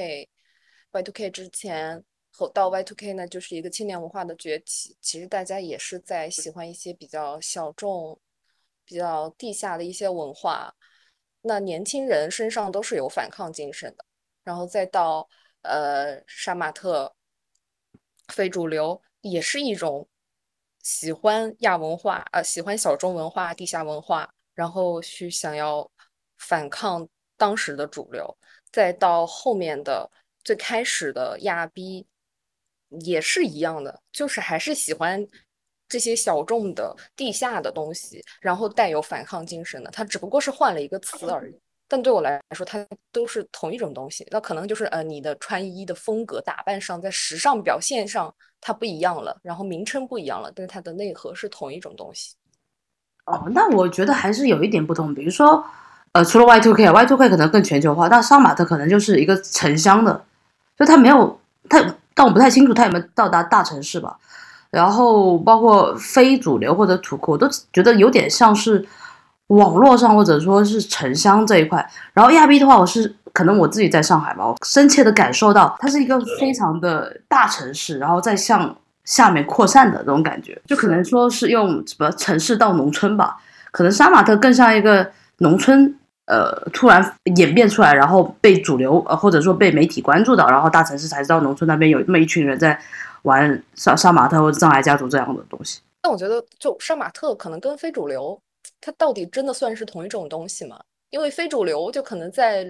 Y2K 之前到 Y2K 呢，就是一个青年文化的崛起。其实大家也是在喜欢一些比较小众、比较地下的一些文化，那年轻人身上都是有反抗精神的。然后再到杀马特非主流，也是一种喜欢亚文化喜欢小众文化、地下文化，然后去想要反抗当时的主流。再到后面的最开始的亚逼，也是一样的，就是还是喜欢这些小众的地下的东西，然后带有反抗精神的，它只不过是换了一个词而已。但对我来说，它都是同一种东西。那可能就是你的穿衣的风格、打扮上，在时尚表现上它不一样了，然后名称不一样了，但它的内核是同一种东西。 那我觉得还是有一点不同。比如说，除了 Y2K 可能更全球化，但杀马特可能就是一个城乡的，就它没有但我不太清楚它有没有到达大城市吧。然后包括非主流或者土库，我都觉得有点像是网络上或者说是城乡这一块。然后亚逼的话，可能我自己在上海吧，我深切的感受到它是一个非常的大城市，然后再向下面扩散的这种感觉，就可能说是用什么城市到农村吧，可能杀马特更像一个农村突然演变出来，然后被主流或者说被媒体关注到，然后大城市才知道农村那边有那么一群人在玩杀马特或者藏爱家族这样的东西。 但我觉得就杀马特可能跟非主流它到底真的算是同一种东西吗？因为非主流就可能在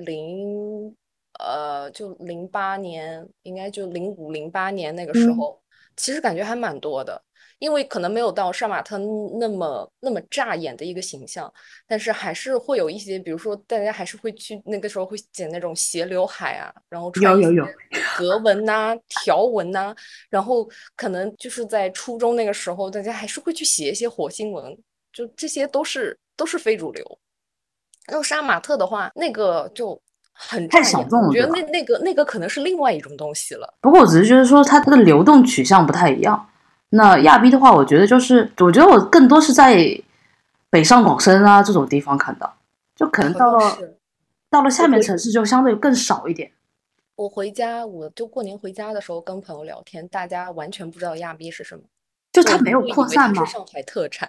就08年，应该就05、08年那个时候，其实感觉还蛮多的。因为可能没有到杀马特那么扎眼的一个形象，但是还是会有一些，比如说大家还是会去那个时候会剪那种斜刘海啊，然后穿一些格纹呐、条纹呐，然后可能就是在初中那个时候，大家还是会去写一些火星文，就这些都是非主流。然后杀马特的话，那个就很太小众了， 我觉得那个可能是另外一种东西了。 不过我只是觉得说它的流动取向不太一样。那亚逼的话，我觉得我更多是在北上广深啊这种地方看到，就可能到了下面城市就相对更少一点。 我就过年回家的时候跟朋友聊天，大家完全不知道亚逼是什么， 就它没有扩散吗？ 是上海特产。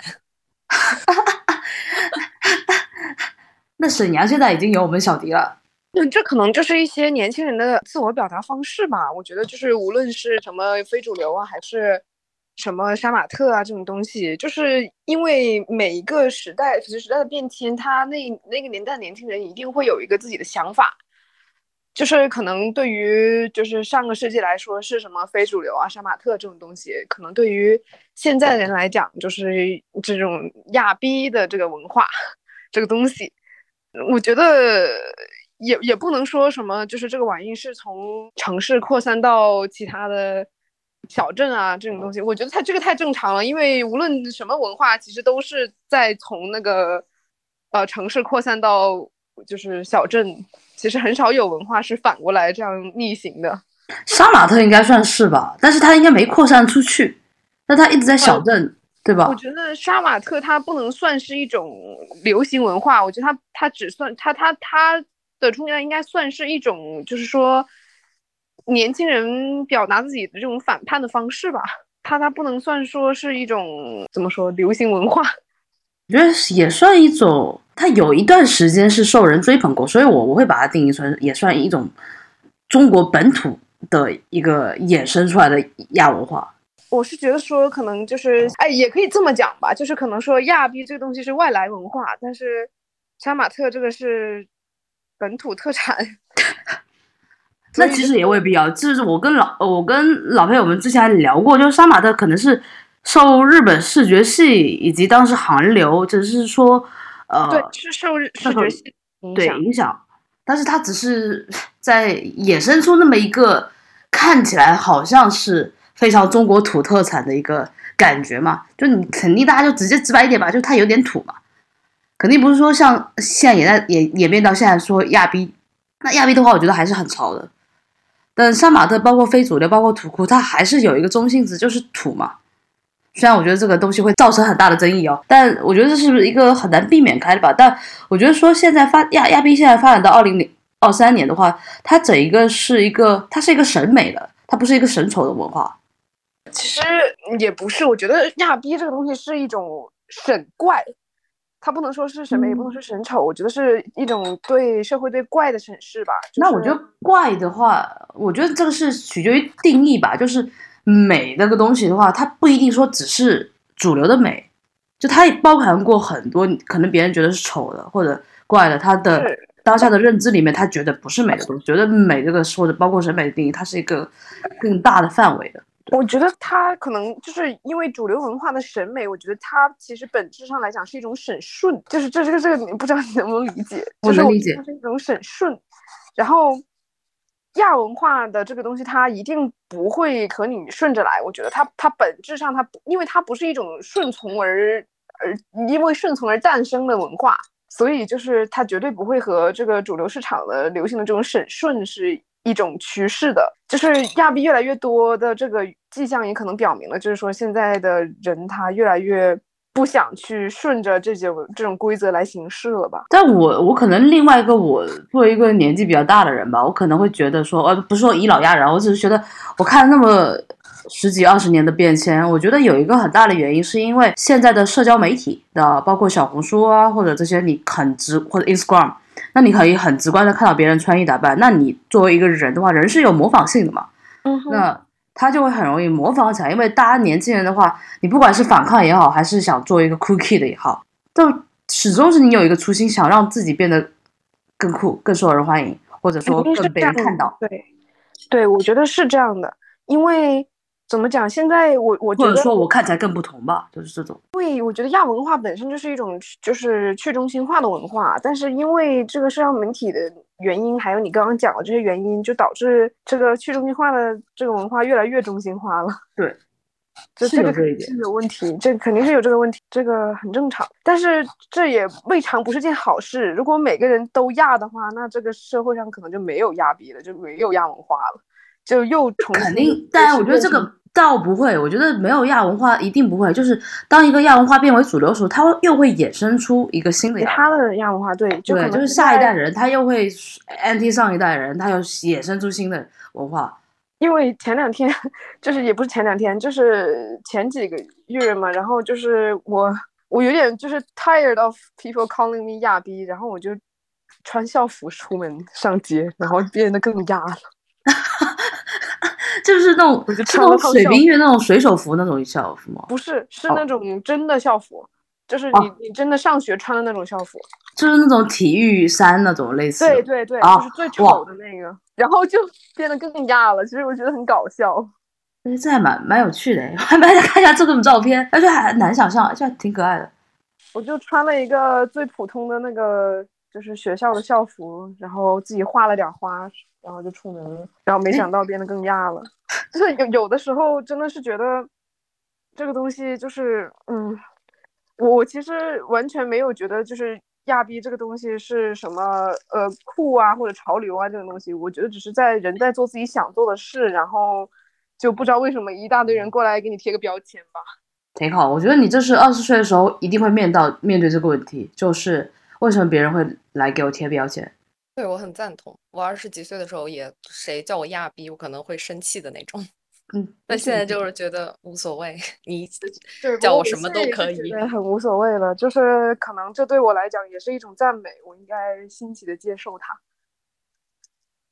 那沈阳现在已经有我们小迪了。 这可能就是一些年轻人的自我表达方式吧。我觉得就是无论是什么非主流啊，还是什么杀马特啊这种东西，就是因为每一个时代随着时代的变迁，他那个年代的年轻人一定会有一个自己的想法。就是可能对于就是上个世纪来说是什么非主流啊、杀马特这种东西，可能对于现在的人来讲，就是这种亚逼的这个文化这个东西，我觉得也不能说什么，就是这个玩意是从城市扩散到其他的小镇啊这种东西，我觉得这个太正常了，因为无论什么文化，其实都是在从那个城市扩散到就是小镇。其实很少有文化是反过来这样逆行的。 杀马特应该算是吧，但是它应该没扩散出去，那它一直在小镇，对吧？ 我觉得杀马特它不能算是一种流行文化，我觉得它只算它的重要应该算是一种，就是说年轻人表达自己的这种反叛的方式吧。它不能算说是一种怎么说流行文化。 我觉得也算一种，它有一段时间是受人追捧过，所以我会把它定义成也算一种中国本土的一个衍生出来的亚文化。 我是觉得说，可能就是，哎，也可以这么讲吧，就是可能说亚逼这个东西是外来文化，但是杀马特这个是本土特产。 那其实也未必啊，就是我跟老朋友们之前还聊过，就是杀马特可能是受日本视觉系以及当时韩流，只是说对，是受视觉系影响，但是它只是在衍生出那么一个看起来好像是非常中国土特产的一个感觉嘛，就你肯定大家就直接直白一点吧，就它有点土嘛，肯定不是说像现在演变到现在说亚逼，那亚逼的话，我觉得还是很潮的。但杀马特包括非主流，包括土库，它还是有一个中性值，就是土嘛。虽然我觉得这个东西会造成很大的争议哦，但我觉得这是不是一个很难避免开的吧？但我觉得说现在亚逼现在发展到2023年的话，它整一个是一个审美的，它不是一个审丑的文化。 其实也不是，我觉得亚逼这个东西是一种审怪，它不能说是审美，也不能说审丑，我觉得是一种对社会对怪的审视吧。 那我觉得怪的话，我觉得这个是取决于定义吧。就是美这个东西的话，它不一定说只是主流的美，就它也包含过很多可能别人觉得是丑的或者怪的，他的当下的认知里面，他觉得不是美的东西，觉得美这个或者包括审美的定义，它是一个更大的范围的。 我觉得它可能就是因为主流文化的审美，我觉得它其实本质上来讲是一种审顺，就是这个，你不知道你能不能理解？ 我能理解， 它是一种审顺。然后亚文化的这个东西，它一定不会和你顺着来。我觉得它本质上因为它不是一种因为顺从而诞生的文化，所以就是它绝对不会和这个主流市场的流行的这种审顺是一种趋势的。就是亚逼越来越多的这个迹象也可能表明了，就是说现在的人他越来越不想去顺着这种规则来行事了吧。 但我可能另外一个，我作为一个年纪比较大的人吧，我可能会觉得说，不是说倚老压人，我只是觉得我看了那么10几20年的变迁，我觉得有一个很大的原因是因为现在的社交媒体的，包括小红书啊，或者这些你或者 Instagram， 那你可以很直观的看到别人穿衣打扮，那你作为一个人的话，人是有模仿性的嘛，那他就会很容易模仿起来，因为大家年轻人的话，你不管是反抗也好，还是想做一个 cool kid 也好，就始终是你有一个初心，想让自己变得更酷、更受人欢迎，或者说更被人看到。 对，我觉得是这样的，因为怎么讲，现在我觉得， 或者说我看起来更不同吧，就是这种。 对，我觉得亚文化本身就是一种就是去中心化的文化，但是因为这个社交媒体的原因，还有你刚刚讲的这些原因，就导致这个去中心化的这个文化越来越中心化了。 对， 这个肯定是有问题，这肯定是有这个问题，这个很正常。但是这也未尝不是件好事。如果每个人都亚的话，那这个社会上可能就没有亚逼了，就没有亚文化了，就又重新。 肯定，但我觉得这个倒不会，我觉得没有亚文化一定不会。就是当一个亚文化变为主流的时候，它又会衍生出一个新的其他的亚文化，对， 就是下一代人他又会 anti 上一代人，他又衍生出新的文化。 因为前两天就是也不是前两天，就是前几个月嘛，然后就是我有点就是 tired of people calling me 亚逼，然后我就穿校服出门上街，然后变得更亚了。 就是那种水冰月那种水手服那种校服吗？ 不是，是那种真的校服，就是你真的上学穿的那种校服， 就是那种体育衫那种类似。 对，就是最丑的那个，然后就变得更亚了。其实我觉得很搞笑。 这还蛮有趣的，还蛮想看一下这种照片，而且还难想象，而且挺可爱的。 我就穿了一个最普通的那个，就是学校的校服，然后自己画了点花，然后就出门了。然后没想到变得更亚了。就是有的时候真的是觉得这个东西就是，我其实完全没有觉得就是亚逼这个东西是什么酷啊或者潮流啊这种东西。我觉得只是人在做自己想做的事，然后就不知道为什么一大堆人过来给你贴个标签吧。 挺好，我觉得你这是20岁的时候一定会面对这个问题，就是为什么别人会来给我贴标签。 对，我很赞同。我20几岁的时候也谁叫我亚逼，我可能会生气的那种。但现在就是觉得无所谓，你叫我什么都可以， 很无所谓了。就是可能这对我来讲也是一种赞美，我应该欣喜的接受它。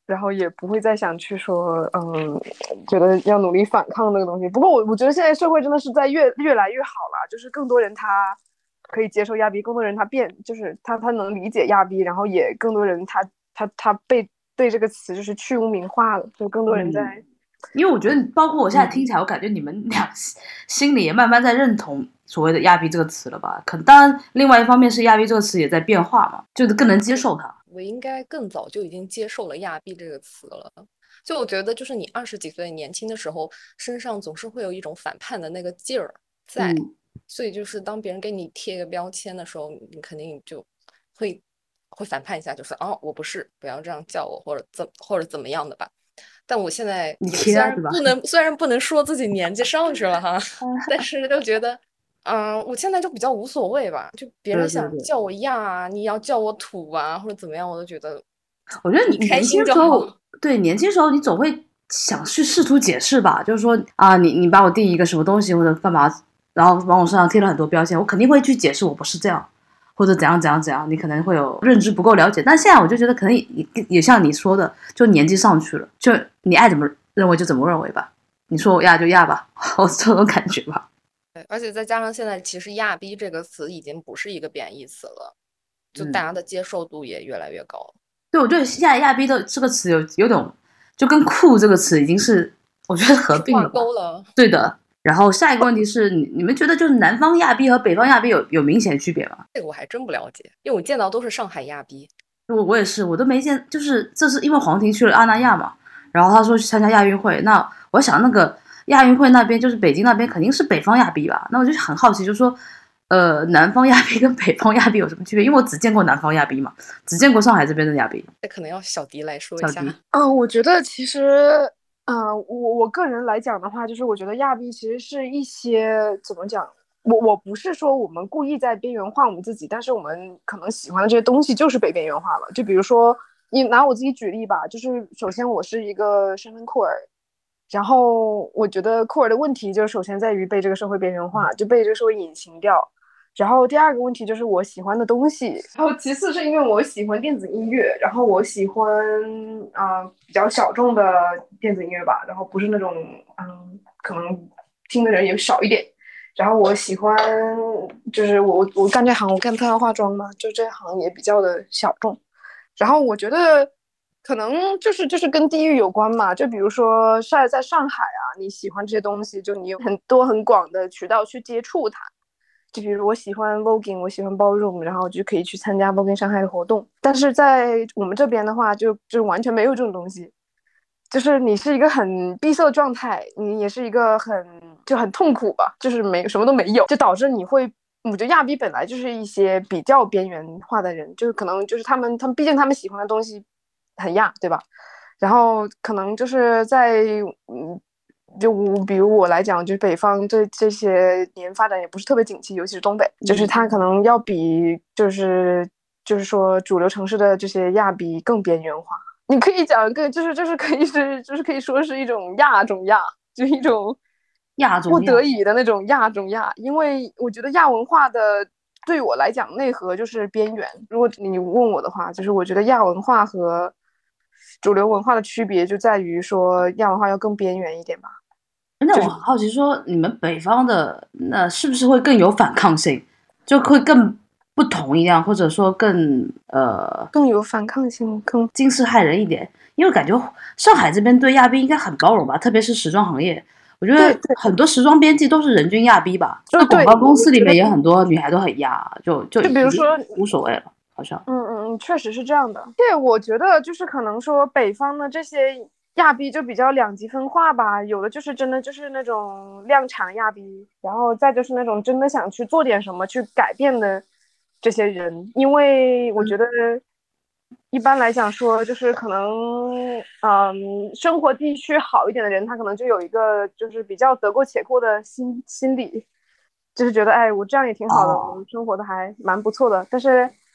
然后也不会再想去说，觉得要努力反抗那个东西。不过我觉得现在社会真的是在越来越好了，就是更多人他可以接受亚逼，更多人他就是他能理解亚逼，然后也更多人他被这个词就是去污名化了，就更多人在。 因为我觉得，包括我现在听起来，我感觉你们俩心里也慢慢在认同所谓的亚逼这个词了吧？可能当然，另外一方面是亚逼这个词也在变化嘛，就是更能接受它。 我应该更早就已经接受了亚逼这个词了。就我觉得，就是你20几岁年轻的时候，身上总是会有一种反叛的那个劲儿在，所以就是当别人给你贴一个标签的时候，你肯定就会反叛一下，就是我不是，不要这样叫我，或者怎么样的吧。但我现在虽然不能说自己年纪上去了哈，但是就觉得，我现在就比较无所谓吧。就别人想叫我亚啊，你要叫我土啊，或者怎么样，我都觉得， 我觉得你开心就好。 对，年轻时候你总会想去试图解释吧，就是说你把我定一个什么东西或者干嘛，然后往我身上贴了很多标签，我肯定会去解释我不是这样。或者怎样怎样怎样，你可能会有认知不够了解，但现在我就觉得可能也像你说的，就年纪上去了，就你爱怎么认为就怎么认为吧，你说我亚就亚吧，我这种感觉吧。 对，而且再加上现在其实亚逼这个词已经不是一个贬义词了，就大家的接受度也越来越高。 对，我觉得现在亚逼的这个词有种就跟酷这个词已经是我觉得合并了吧， 挂钩了。 对的。然后下一个问题是你们觉得就是南方亚逼和北方亚逼有明显区别吗？ 这个我还真不了解，因为我见到都是上海亚逼。 我也是，我都没见，就是这是因为黄婷去了阿那亚嘛，然后他说去参加亚运会，那我想那个亚运会那边就是北京那边肯定是北方亚逼吧，那我就很好奇，就是说南方亚逼跟北方亚逼有什么区别？因为我只见过南方亚逼嘛，只见过上海这边的亚逼。 这可能要小迪来说一下。 我觉得其实我个人来讲的话，就是我觉得亚逼其实是一些怎么讲，我不是说我们故意在边缘化我们自己，但是我们可能喜欢的这些东西就是被边缘化了。就比如说你拿我自己举例吧，就是首先我是一个身份酷儿，然后我觉得酷儿的问题就首先在于被这个社会边缘化，就被这个社会隐形掉。然后第二个问题就是我喜欢的东西，然后其次是因为我喜欢电子音乐，然后我喜欢比较小众的电子音乐吧，然后不是那种可能听的人也少一点。然后我喜欢就是我干这行，我干特效化妆嘛，就这行也比较的小众。然后我觉得可能就是跟地域有关嘛，就比如说在上海啊，你喜欢这些东西，就你有很多很广的渠道去接触它。就比如我喜欢 Voguing， 我喜欢 Ballroom， 然后就可以去参加 Voguing 上海的活动。但是在我们这边的话，就完全没有这种东西，就是你是一个很闭塞的状态，你也是一个很痛苦吧，就是什么都没有，就导致你会，我觉得亚逼本来就是一些比较边缘化的人，就是可能就是他们毕竟他们喜欢的东西很亚，对吧？然后可能就是在就比如我来讲，就是北方这些年发展也不是特别景气，尤其是东北，就是它可能要比就是说主流城市的这些亚逼更边缘化。你可以讲个就是可以说是一种亚种亚，就是一种亚种不得已的那种亚种亚，因为我觉得亚文化的对我来讲内核就是边缘。如果你问我的话，就是我觉得亚文化和主流文化的区别就在于说亚文化要更边缘一点吧。 那我很好奇说，你们北方的那是不是会更有反抗性，就会更不同一样，或者说更有反抗性，更惊世骇人一点？因为感觉上海这边对亚逼应该很包容吧，特别是时装行业，我觉得很多时装编辑都是人均亚逼吧。那广告公司里面也很多女孩都很亚，就比如说无所谓了，好像。 确实是这样的。对，我觉得就是可能说北方的这些亚逼就比较两极分化吧，有的就是真的就是那种量产亚逼，然后再就是那种真的想去做点什么去改变的这些人。因为我觉得一般来讲说，就是可能生活地区好一点的人，他可能就有一个就是比较得过且过的心理，就是觉得哎，我这样也挺好的，我生活的还蛮不错的。但是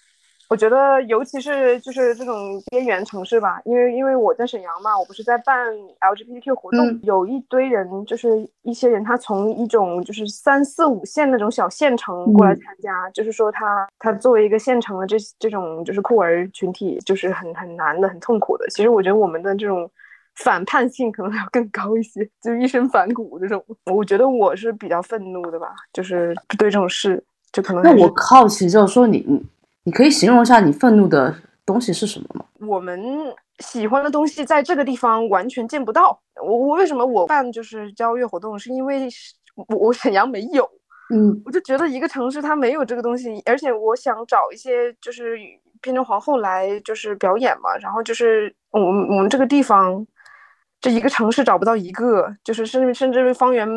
我觉得，尤其是就是这种边缘城市吧，因为我在沈阳嘛，我不是在办 LGBTQ 活动，有一堆人，就是一些人他从一种就是3、4、5线那种小县城过来参加，就是说他作为一个县城的这种就是酷儿群体，就是很难的、很痛苦的。其实我觉得我们的这种反叛性可能要更高一些，就一身反骨这种。我觉得我是比较愤怒的吧，就是对这种事，就可能那我好奇就是说你可以形容一下你愤怒的东西是什么吗？ 我们喜欢的东西在这个地方完全见不到。我为什么我办就是交乐活动，是因为我沈阳没有，我就觉得一个城市它没有这个东西，而且我想找一些就是变成皇后来就是表演嘛，然后就是我们这个地方。这一个城市找不到一个，就是甚至方圆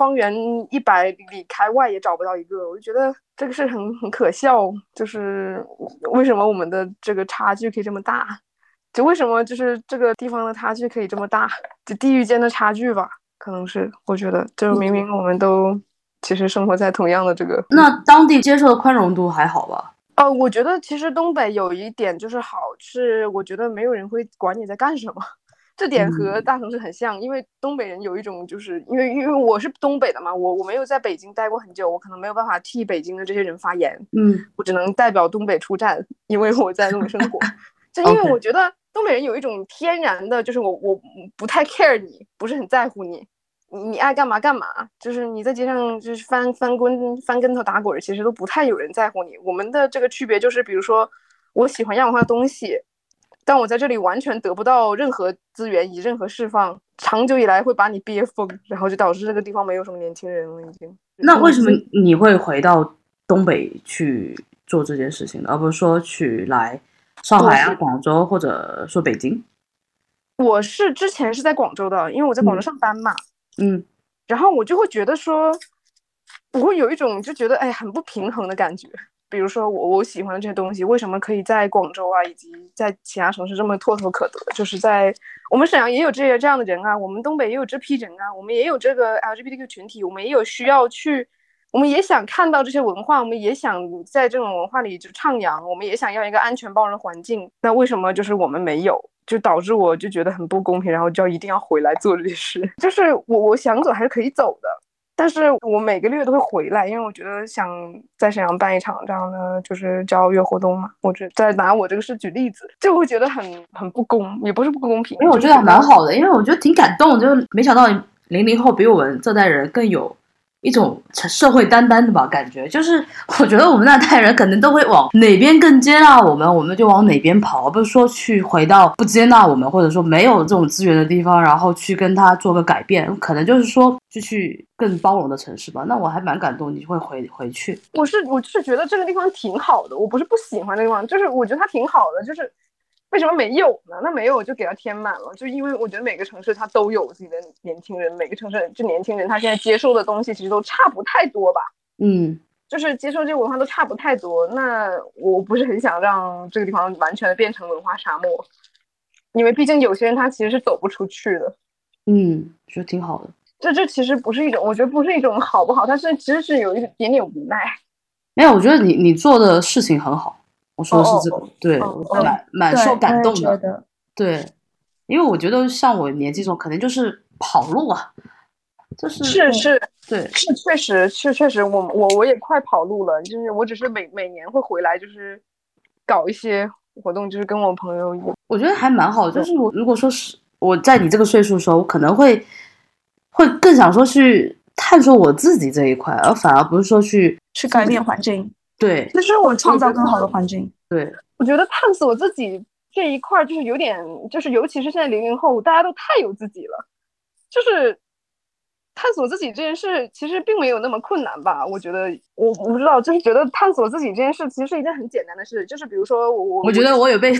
100里开外也找不到一个，我就觉得这个是很可笑，就是为什么我们的这个差距可以这么大？就为什么就是这个地方的差距可以这么大？就地域间的差距吧，可能是我觉得，就明明我们都其实生活在同样的这个， 那当地接受的宽容度还好吧？ 我觉得其实东北有一点就是好，是我觉得没有人会管你在干什么。这点和大城市很像，因为东北人有一种就是因为我是东北的嘛，我没有在北京待过很久，我可能没有办法替北京的这些人发言，我只能代表东北出战，因为我在东北生活。就因为我觉得东北人有一种天然的，就是我不太 care 你，不是很在乎你爱干嘛干嘛，就是你在街上就是翻跟头打滚，其实都不太有人在乎你。我们的这个区别就是，比如说我喜欢亚文化的东西。但我在这里完全得不到任何资源，以任何释放，长久以来会把你憋疯，然后就导致这个地方没有什么年轻人了已经。 那为什么你会回到东北去做这件事情呢，而不是说去来上海啊、广州或者说北京？ 我是之前是在广州的，因为我在广州上班嘛，然后我就会觉得说，我会有一种就觉得很不平衡的感觉。比如说我喜欢的这些东西，为什么可以在广州啊，以及在其他城市这么唾手可得？就是在我们沈阳也有这样的人啊，我们东北也有这批人啊，我们也有这个 LGBTQ 群体，我们也有需要去，我们也想看到这些文化，我们也想在这种文化里就徜徉，我们也想要一个安全包容的环境。那为什么就是我们没有？就导致我就觉得很不公平，然后就一定要回来做这些事。就是我想走还是可以走的。但是我每个月都会回来，因为我觉得想在沈阳办一场这样的就是交乐活动嘛。我觉得再拿我这个事举例子，就会觉得很不公，也不是不公平。 因为我觉得蛮好的，因为我觉得挺感动，就没想到00后比我们这代人更有一种社会担当的吧，感觉就是我觉得我们那代人可能都会往哪边更接纳我们就往哪边跑，而不是说去回到不接纳我们或者说没有这种资源的地方，然后去跟他做个改变，可能就是说就去更包容的城市吧。那我还蛮感动你会回去。 我就是觉得这个地方挺好的，我不是不喜欢这个地方，就是我觉得它挺好的，就是为什么没有呢？那没有我就给它填满了，就因为我觉得每个城市它都有自己的年轻人，每个城市这年轻人他现在接受的东西其实都差不太多吧，就是接受这个文化都差不太多。那我不是很想让这个地方完全的变成文化沙漠，因为毕竟有些人他其实是走不出去的。 觉得挺好的。 这其实不是一种，我觉得不是一种好不好，但是其实是有一点点无奈。 没有，我觉得你做的事情很好。我说的是这个，对，我蛮受感动的。对，因为我觉得像我年纪中，可能就是跑路啊，就是对， 确实，我也快跑路了，就是我只是每年会回来，就是搞一些活动，就是跟我朋友。 我觉得还蛮好，就是我如果说是我在你这个岁数的时候，我可能会更想说去探索我自己这一块，而反而不是说去改变环境。 对， 其实我创造更好的环境。 对， 我觉得探索自己这一块就是有点，就是尤其是现在00后，大家都太有自己了，就是探索自己这件事其实并没有那么困难吧？我觉得我不知道，就是觉得探索自己这件事其实是一件很简单的事，就是比如说我觉得我有被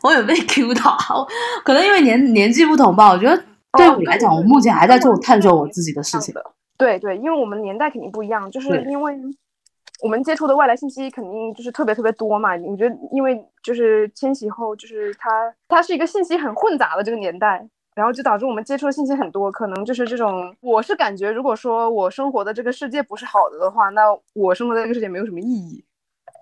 Q 到，可能因为年纪不同吧。我觉得对我来讲，我目前还在做探索我自己的事情。 对，因为我们年代肯定不一样，就是因为我们接触的外来信息肯定就是特别特别多嘛。我觉得因为就是千禧后，就是它是一个信息很混杂的这个年代，然后就导致我们接触的信息很多，可能就是这种，我是感觉如果说我生活的这个世界不是好的话，那我生活在这个世界没有什么意义。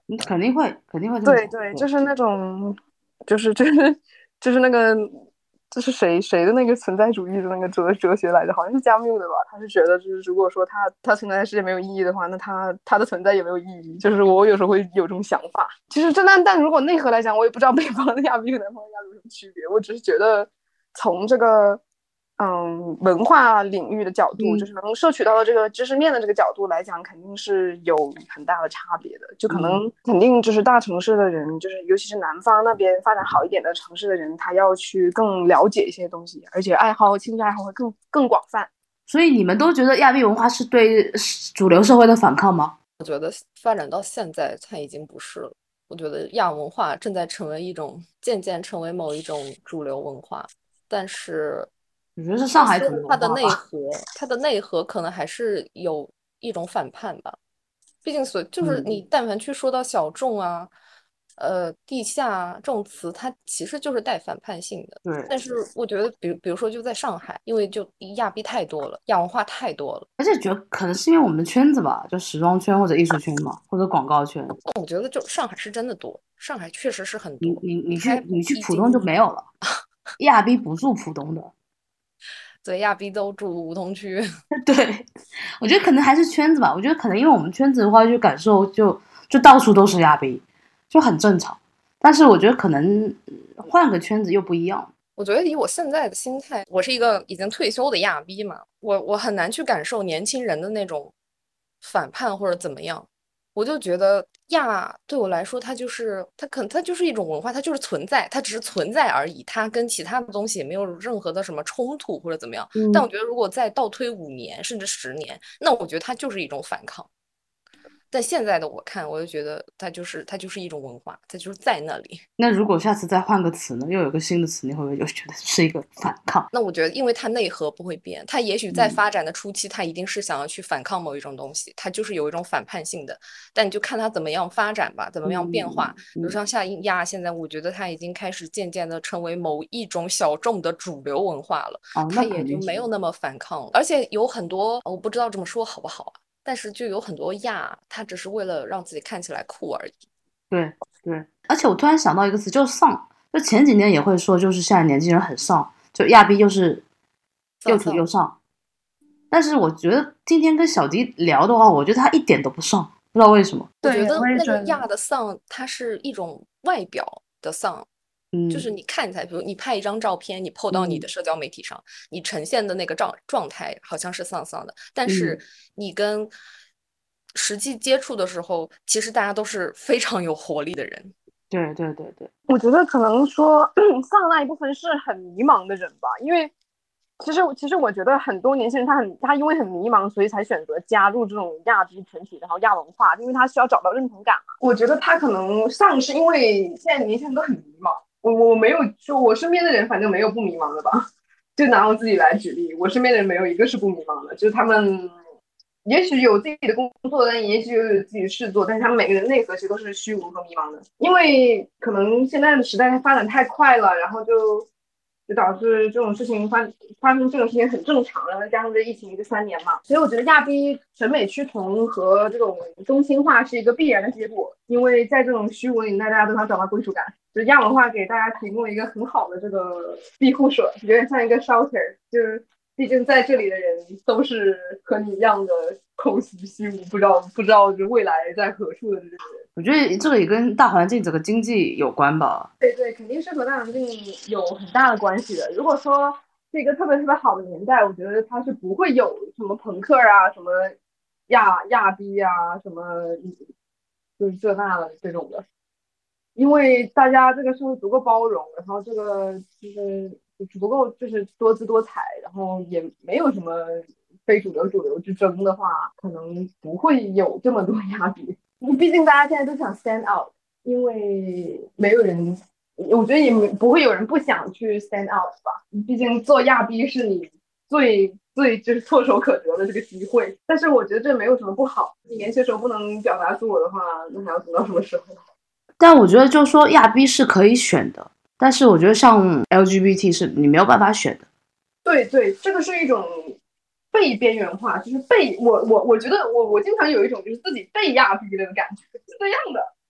你肯定会这么想。 对对，就是那种，就是那个，这是谁的那个存在主义的那个哲学来着？好像是加缪的吧？他是觉得，就是如果说他存在的世界没有意义的话，那他的存在也没有意义。就是我有时候会有这种想法。其实但如果内核来讲，我也不知道北方的亚庇和南方的亚庇有什么区别。我只是觉得从这个文化领域的角度，就是能摄取到的这个知识面的这个角度来讲，肯定是有很大的差别的。就可能肯定就是大城市的人，就是尤其是南方那边发展好一点的城市的人，他要去更了解一些东西，而且兴趣爱好会更广泛。 所以你们都觉得亚庇文化是对主流社会的反抗吗？ 我觉得发展到现在，它已经不是了。我觉得亚文化正在渐渐成为某一种主流文化，但是我觉得是上海主流文化吧。 它的内核可能还是有一种反叛吧。毕竟就是你但凡去说到小众啊、地下啊这种词，它其实就是带反叛性的。 对。 但是我觉得，比如说就在上海，因为就亚庇太多了，亚文化太多了， 而且觉得可能是因为我们的圈子吧，就时装圈或者艺术圈嘛，或者广告圈。 我觉得就上海是真的多，上海确实是很多。 你去浦东就没有了，亚庇不住浦东的。 对，亚庇都住梧桐区。 对，我觉得可能还是圈子吧。我觉得可能因为我们圈子的话，就感受就到处都是亚庇，就很正常。但是我觉得可能换个圈子又不一样。 我觉得以我现在的心态，我是一个已经退休的亚逼嘛，我很难去感受年轻人的那种反叛或者怎么样。我就觉得亚对我来说，它就是一种文化，它就是存在，它只是存在而已，它跟其他的东西也没有任何的什么冲突或者怎么样。但我觉得如果再倒推5年甚至10年，那我觉得它就是一种反抗。但现在的我看，我就觉得它就是一种文化，它就是在那里。 那如果下次再换个词呢？又有个新的词，你会不会就觉得是一个反抗？ 那我觉得，因为它内核不会变，它也许在发展的初期，它一定是想要去反抗某一种东西，它就是有一种反叛性的。但你就看它怎么样发展吧，怎么样变化。比如像夏印亚，现在我觉得它已经开始渐渐的成为某一种小众的主流文化了，它也就没有那么反抗了。而且有很多，我不知道这么说好不好啊，但是就有很多亚，它只是为了让自己看起来酷而已。 对对，而且我突然想到一个词，就是丧。就前几年也会说，就是现在年轻人很丧，就亚逼就是又土又丧。但是我觉得今天跟小迪聊的话，我觉得他一点都不丧，不知道为什么。 我觉得那个亚的丧，它是一种外表的丧，就是你看起来，比如你拍一张照片，你 po 到你的社交媒体上，你呈现的那个状态好像是丧丧的，但是你跟实际接触的时候，其实大家都是非常有活力的人。 对对对对， 我觉得可能说丧那一部分是很迷茫的人吧，因为其实我觉得很多年轻人他因为很迷茫，所以才选择加入这种亚逼群体，然后亚文化，因为他需要找到认同感嘛。我觉得他可能丧是因为现在年轻人都很迷茫，我没有说我身边的人反正没有不迷茫的吧，就拿我自己来举例，我身边的人没有一个是不迷茫的，就是他们也许有自己的工作，但也许有自己的事做，但是他们每个人内核其实都是虚无和迷茫的，因为可能现在的时代发展太快了，然后就导致这种事情发生这种事情很正常，然后加上这疫情这3年嘛，所以我觉得亚逼审美趋同和这种中心化是一个必然的结果，因为在这种虚无里，大家都想找到归属感，就是亚文化给大家提供一个很好的这个庇护所，有点像一个 shelter， 就是毕竟在这里的人都是和你一样的空虚虚无，不知道就未来在何处的这些人。 我觉得这个也跟大环境整个经济有关吧。 对对，肯定是和大环境有很大的关系的。如果说是一个特别好的年代，我觉得它是不会有什么朋克啊、什么亚逼啊、什么就是这那的这种的，因为大家这个社会足够包容，然后这个就是足够就是多姿多彩，然后也没有什么非主流主流之争的话，可能不会有这么多亚逼。毕竟大家现在都想 stand out， 因为没有人，我觉得也不会有人不想去 stand out 吧。毕竟做亚逼是你最就是唾手可得的这个机会。但是我觉得这没有什么不好，你年轻时候不能表达自我的话，那还要等到什么时候？ 但我觉得就是说亚逼是可以选的，但是我觉得像 LGBT 是你没有办法选的。 对对，这个是一种被边缘化，就是被我觉得我经常有一种就是自己被亚逼了的感觉，是这样的，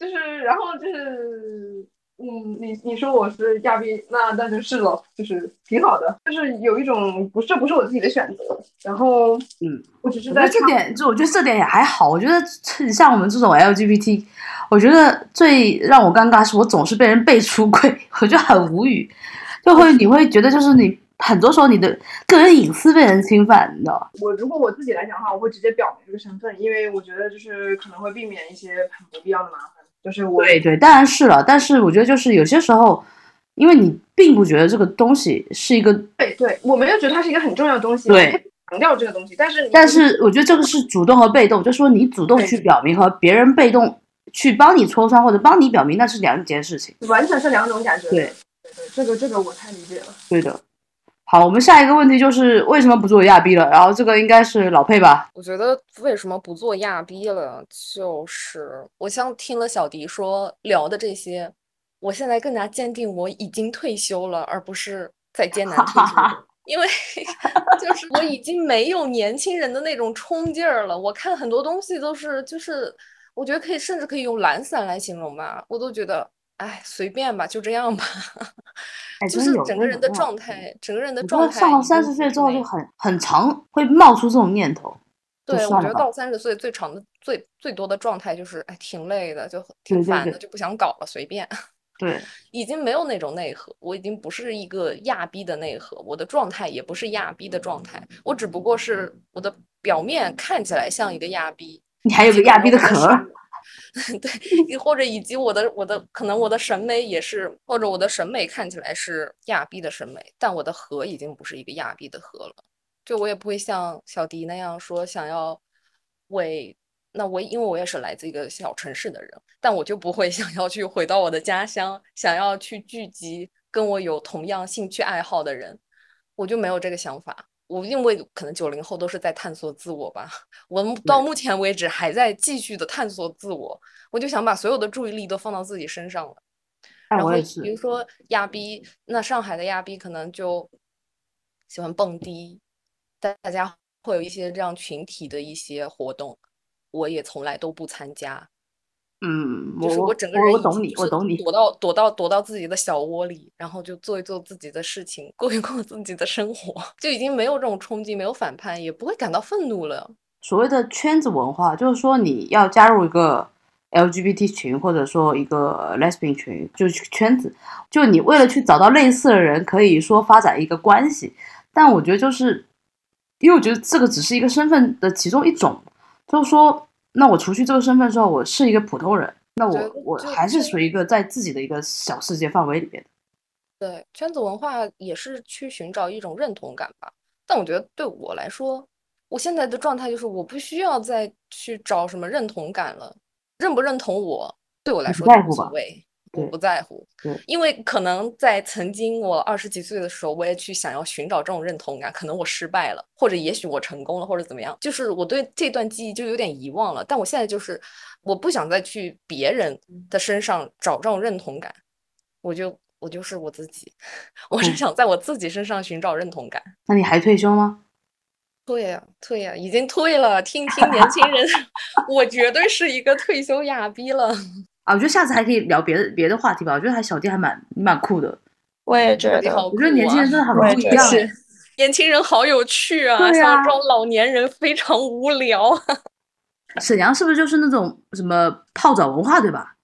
就是然后就是你说我是亚逼，那就是了，就是挺好的，就是有一种不是我自己的选择，然后我只是我觉得这点，我觉得这点也还好。我觉得像我们这种 LGBT，我觉得最让我尴尬是我总是被人背出柜，我就很无语，你会觉得就是你很多时候你的个人隐私被人侵犯，你知道吗？ 如果我自己来讲的话，我会直接表明这个身份，因为我觉得就是可能会避免一些很不必要的麻烦。就是我对，当然是了。但是我觉得就是有些时候，因为你并不觉得这个东西是一个对，我没有觉得它是一个很重要的东西， 对， 强调这个东西，但是我觉得这个是主动和被动，就说你主动去表明和别人被动去帮你戳穿或者帮你表明，那是两件事情， 完全是两种感觉。 对， 这个我太理解了。 对的。好，我们下一个问题就是为什么不做亚逼了？然后这个应该是老佩吧？ 我觉得为什么不做亚逼了，就是我像听了小迪说聊的这些，我现在更加坚定我已经退休了，而不是在艰难退休中。因为就是我已经没有年轻人的那种冲劲儿了。我看很多东西都是就是我觉得甚至可以用懒散来形容吧，我都觉得哎随便吧，就这样吧。就是整个人的状态， 上了30岁之后就很常会冒出这种念头。 对，我觉得到30岁最长的最多的状态就是哎挺累的，就挺烦的，就不想搞了，随便。 对， 已经没有那种内核，我已经不是一个亚逼的内核，我的状态也不是亚逼的状态，我只不过是我的表面看起来像一个亚逼， 你还有个亚逼的壳。 对，或者以及我的可能我的审美也是，或者我的审美看起来是亚逼的审美，但我的核已经不是一个亚逼的核了。就我也不会像小迪那样说想要因为我也是来自一个小城市的人，但我就不会想要去回到我的家乡，想要去聚集跟我有同样兴趣爱好的人，我就没有这个想法。我因为可能90后都是在探索自我吧，我到目前为止还在继续的探索自我，我就想把所有的注意力都放到自己身上了。然后比如说亚逼，那上海的亚逼可能就喜欢蹦迪，大家会有一些这样群体的一些活动，我也从来都不参加。就是我整个人我懂你，我懂你， 躲到自己的小窝里，然后就做一做自己的事情，过一过自己的生活，就已经没有这种冲击，没有反叛，也不会感到愤怒了。 所谓的圈子文化，就是说你要加入一个 LGBT 群，或者说一个 lesbian 群，就是圈子，就你为了去找到类似的人，可以说发展一个关系。但我觉得就是因为我觉得这个只是一个身份的其中一种，就是说，那我除去这个身份之后，我是一个普通人，那我还是属于一个在自己的一个小世界范围里面的。 对，圈子文化也是去寻找一种认同感吧。但我觉得对我来说，我现在的状态就是我不需要再去找什么认同感了，认不认同我对我来说无所谓。我不在乎，因为可能在曾经我20几岁的时候，我也去想要寻找这种认同感，可能我失败了，或者也许我成功了，或者怎么样，就是我对这段记忆就有点遗忘了。但我现在就是我不想再去别人的身上找这种认同感，我就是我自己，我是想在我自己身上寻找认同感。 那你还退休吗？ 退呀，已经退了。听年轻人，我绝对是一个退休亚逼了。 啊，我觉得下次还可以聊别的话题吧。我觉得小弟还蛮酷的。 我也觉得， 我觉得年轻人真的很不一样。 年轻人好有趣啊！像这种老年人非常无聊。 沈阳是不是就是那种什么泡澡文化，对吧？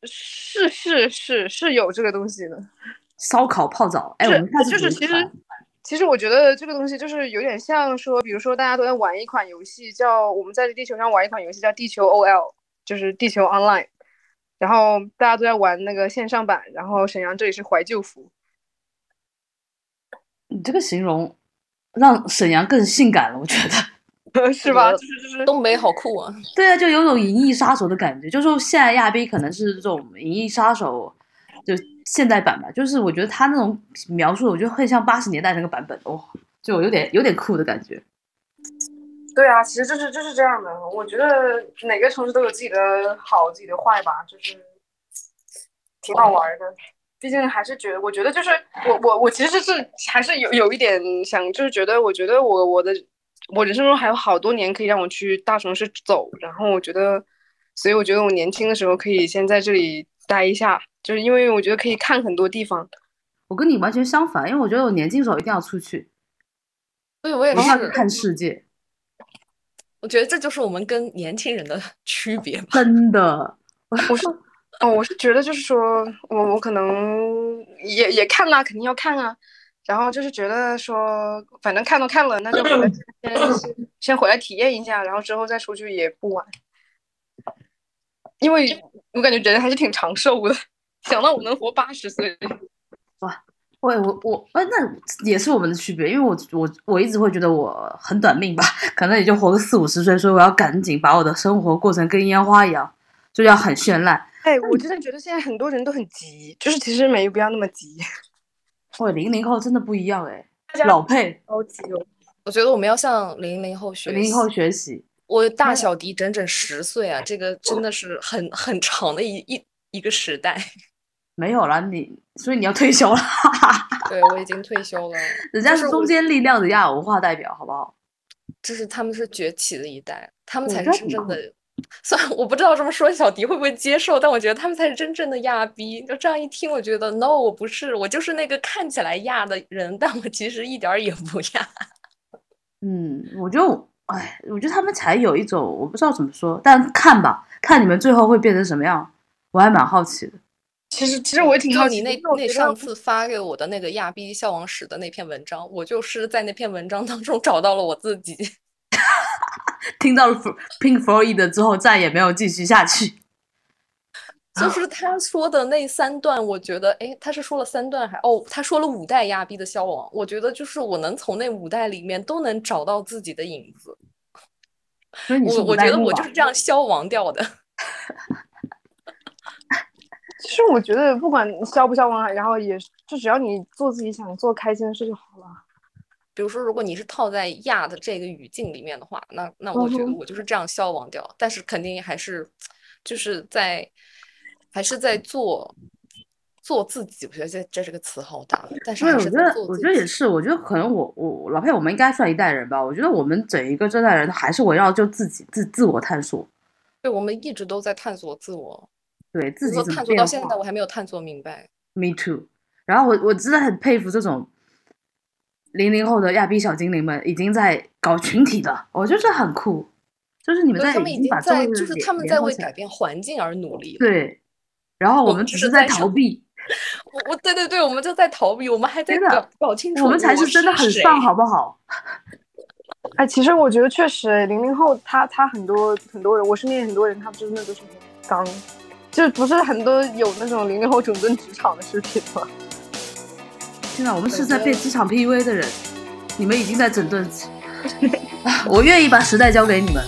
是有这个东西的。 烧烤泡澡，哎，我们下次就是其实我觉得这个东西就是有点像说，比如说大家都在玩一款游戏，我们在地球上玩一款游戏叫地球 OL， 就是地球 Online。然后大家都在玩那个线上版，然后沈阳这里是怀旧服。 你这个形容让沈阳更性感了，我觉得是吧？就是东北好酷啊！ 对啊，就有种银翼杀手的感觉。就是现在亚逼可能是这种银翼杀手，就现代版吧。就是我觉得他那种描述，我觉得会像80年代那个版本哦，就有点酷的感觉。 对啊，其实就是这样的。我觉得哪个城市都有自己的好，自己的坏吧，就是挺好玩的。毕竟还是我觉得就是我其实是还是有一点想，就是觉得我人生中还有好多年可以让我去大城市走，然后我觉得所以我觉得我年轻的时候可以先在这里待一下，就是因为我觉得可以看很多地方。 我跟你完全相反，因为我觉得我年轻的时候一定要出去， 对，我也一定要去是。 看世界， 我觉得这就是我们跟年轻人的区别吧。 真的。 我是觉得就是说我可能也看啦，肯定要看啊。然后就是觉得说，反正看都看了，那就回来先回来体验一下，然后之后再出去也不晚。因为我感觉人还是挺长寿的，想到我能活80岁， 哇，那也是我们的区别，因为我一直会觉得我很短命吧，可能也就活个40-50岁，所以我要赶紧把我的生活过成跟烟花一样，就要很绚烂。 哎，我真的觉得现在很多人都很急，就是其实没必要那么急。 00后真的不一样哎，老配高级哦。 我觉得我们要向00后学习。 00后学习。 我大小迪整整10岁啊，这个真的是很长的一个时代。 没有啦，所以你要退休了。 对，我已经退休了。 人家是中坚力量的亚文化代表，好不好？ 他们是崛起的一代，他们才是真正的。虽然我不知道这么说小迪会不会接受，但我觉得他们才是真正的亚逼。就这样一听，我觉得 no， 我不是，我就是那个看起来亚的人，但我其实一点也不亚。 我觉得他们才有一种，我不知道怎么说，但看吧，看你们最后会变成什么样，我还蛮好奇的。 其实我也挺好奇， 你那上次发给我的那个亚逼消亡史的那篇文章，我就是在那篇文章当中找到了我自己。 听到了 Pink Floyd 之后，再也没有继续下去。 就是他说的那3段，我觉得，他是说了3段他说了5代亚逼的消亡，我觉得就是我能从那5代里面都能找到自己的影子。 所以你是我觉得我就是这样消亡掉的。 其实我觉得不管消不消亡，然后就只要你做自己想做开心的事就好了。 比如说，如果你是套在亚的这个语境里面的话，那我觉得我就是这样消亡掉，但是肯定还是就是还是在做自己。我觉得这个词好大，但是还是在做自己。 我觉得也是，我觉得可能我老佩我们应该算一代人吧。我觉得我们整一个这代人还是围绕就自我探索。 对，我们一直都在探索自我。 对自己怎么探索到现在，我还没有探索明白。 Me too。然后我真的很佩服这种00后的亚逼小精灵们，已经在搞群体的，我觉得这很酷。就是你们他们已经在，就是他们在为改变环境而努力。 对，然后我们只是在逃避。 对，我们就在逃避，我们还在搞清楚我们才是真的很丧，好不好？ 哎，其实我觉得确实，00后他很多人，我身边很多人，他真的都是很刚。就不是很多有那种00后整顿职场的视频吗？ 天哪，我们是在被职场 PUA 的人，你们已经在整顿。我愿意把时代交给你们。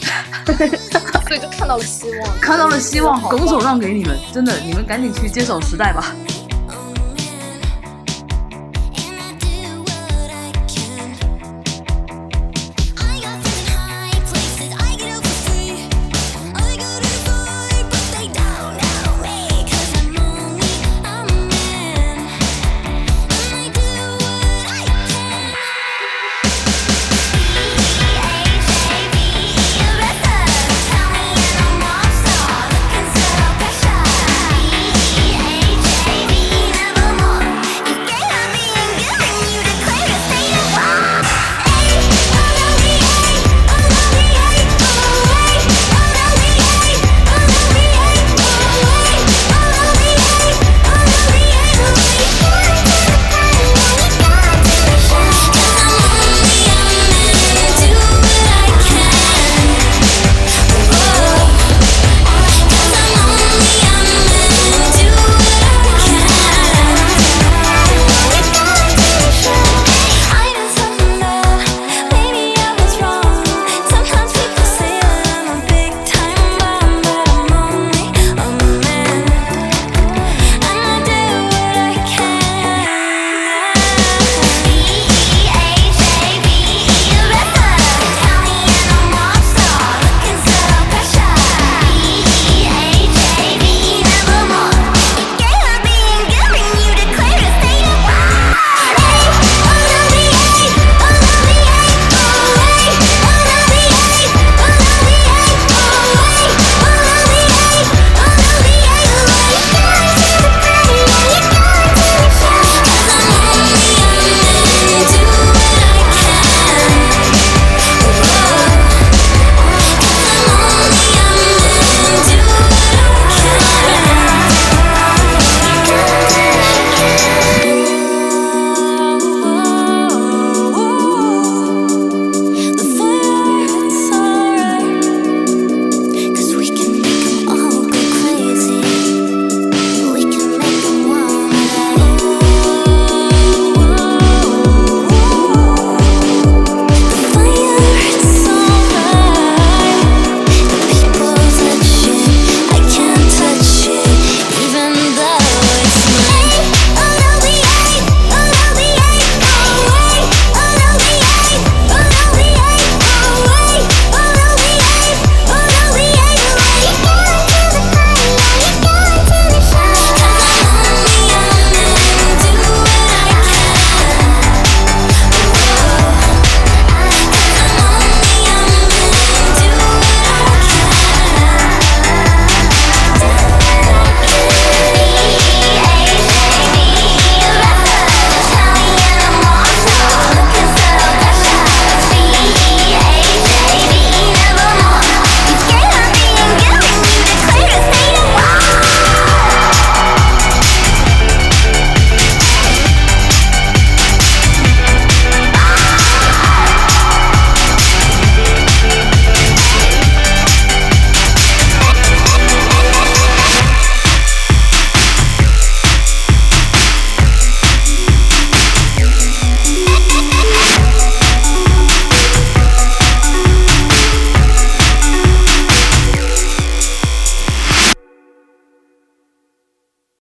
所以就看到了希望， 看到了希望，拱手让给你们。真的，你们赶紧去接手时代吧。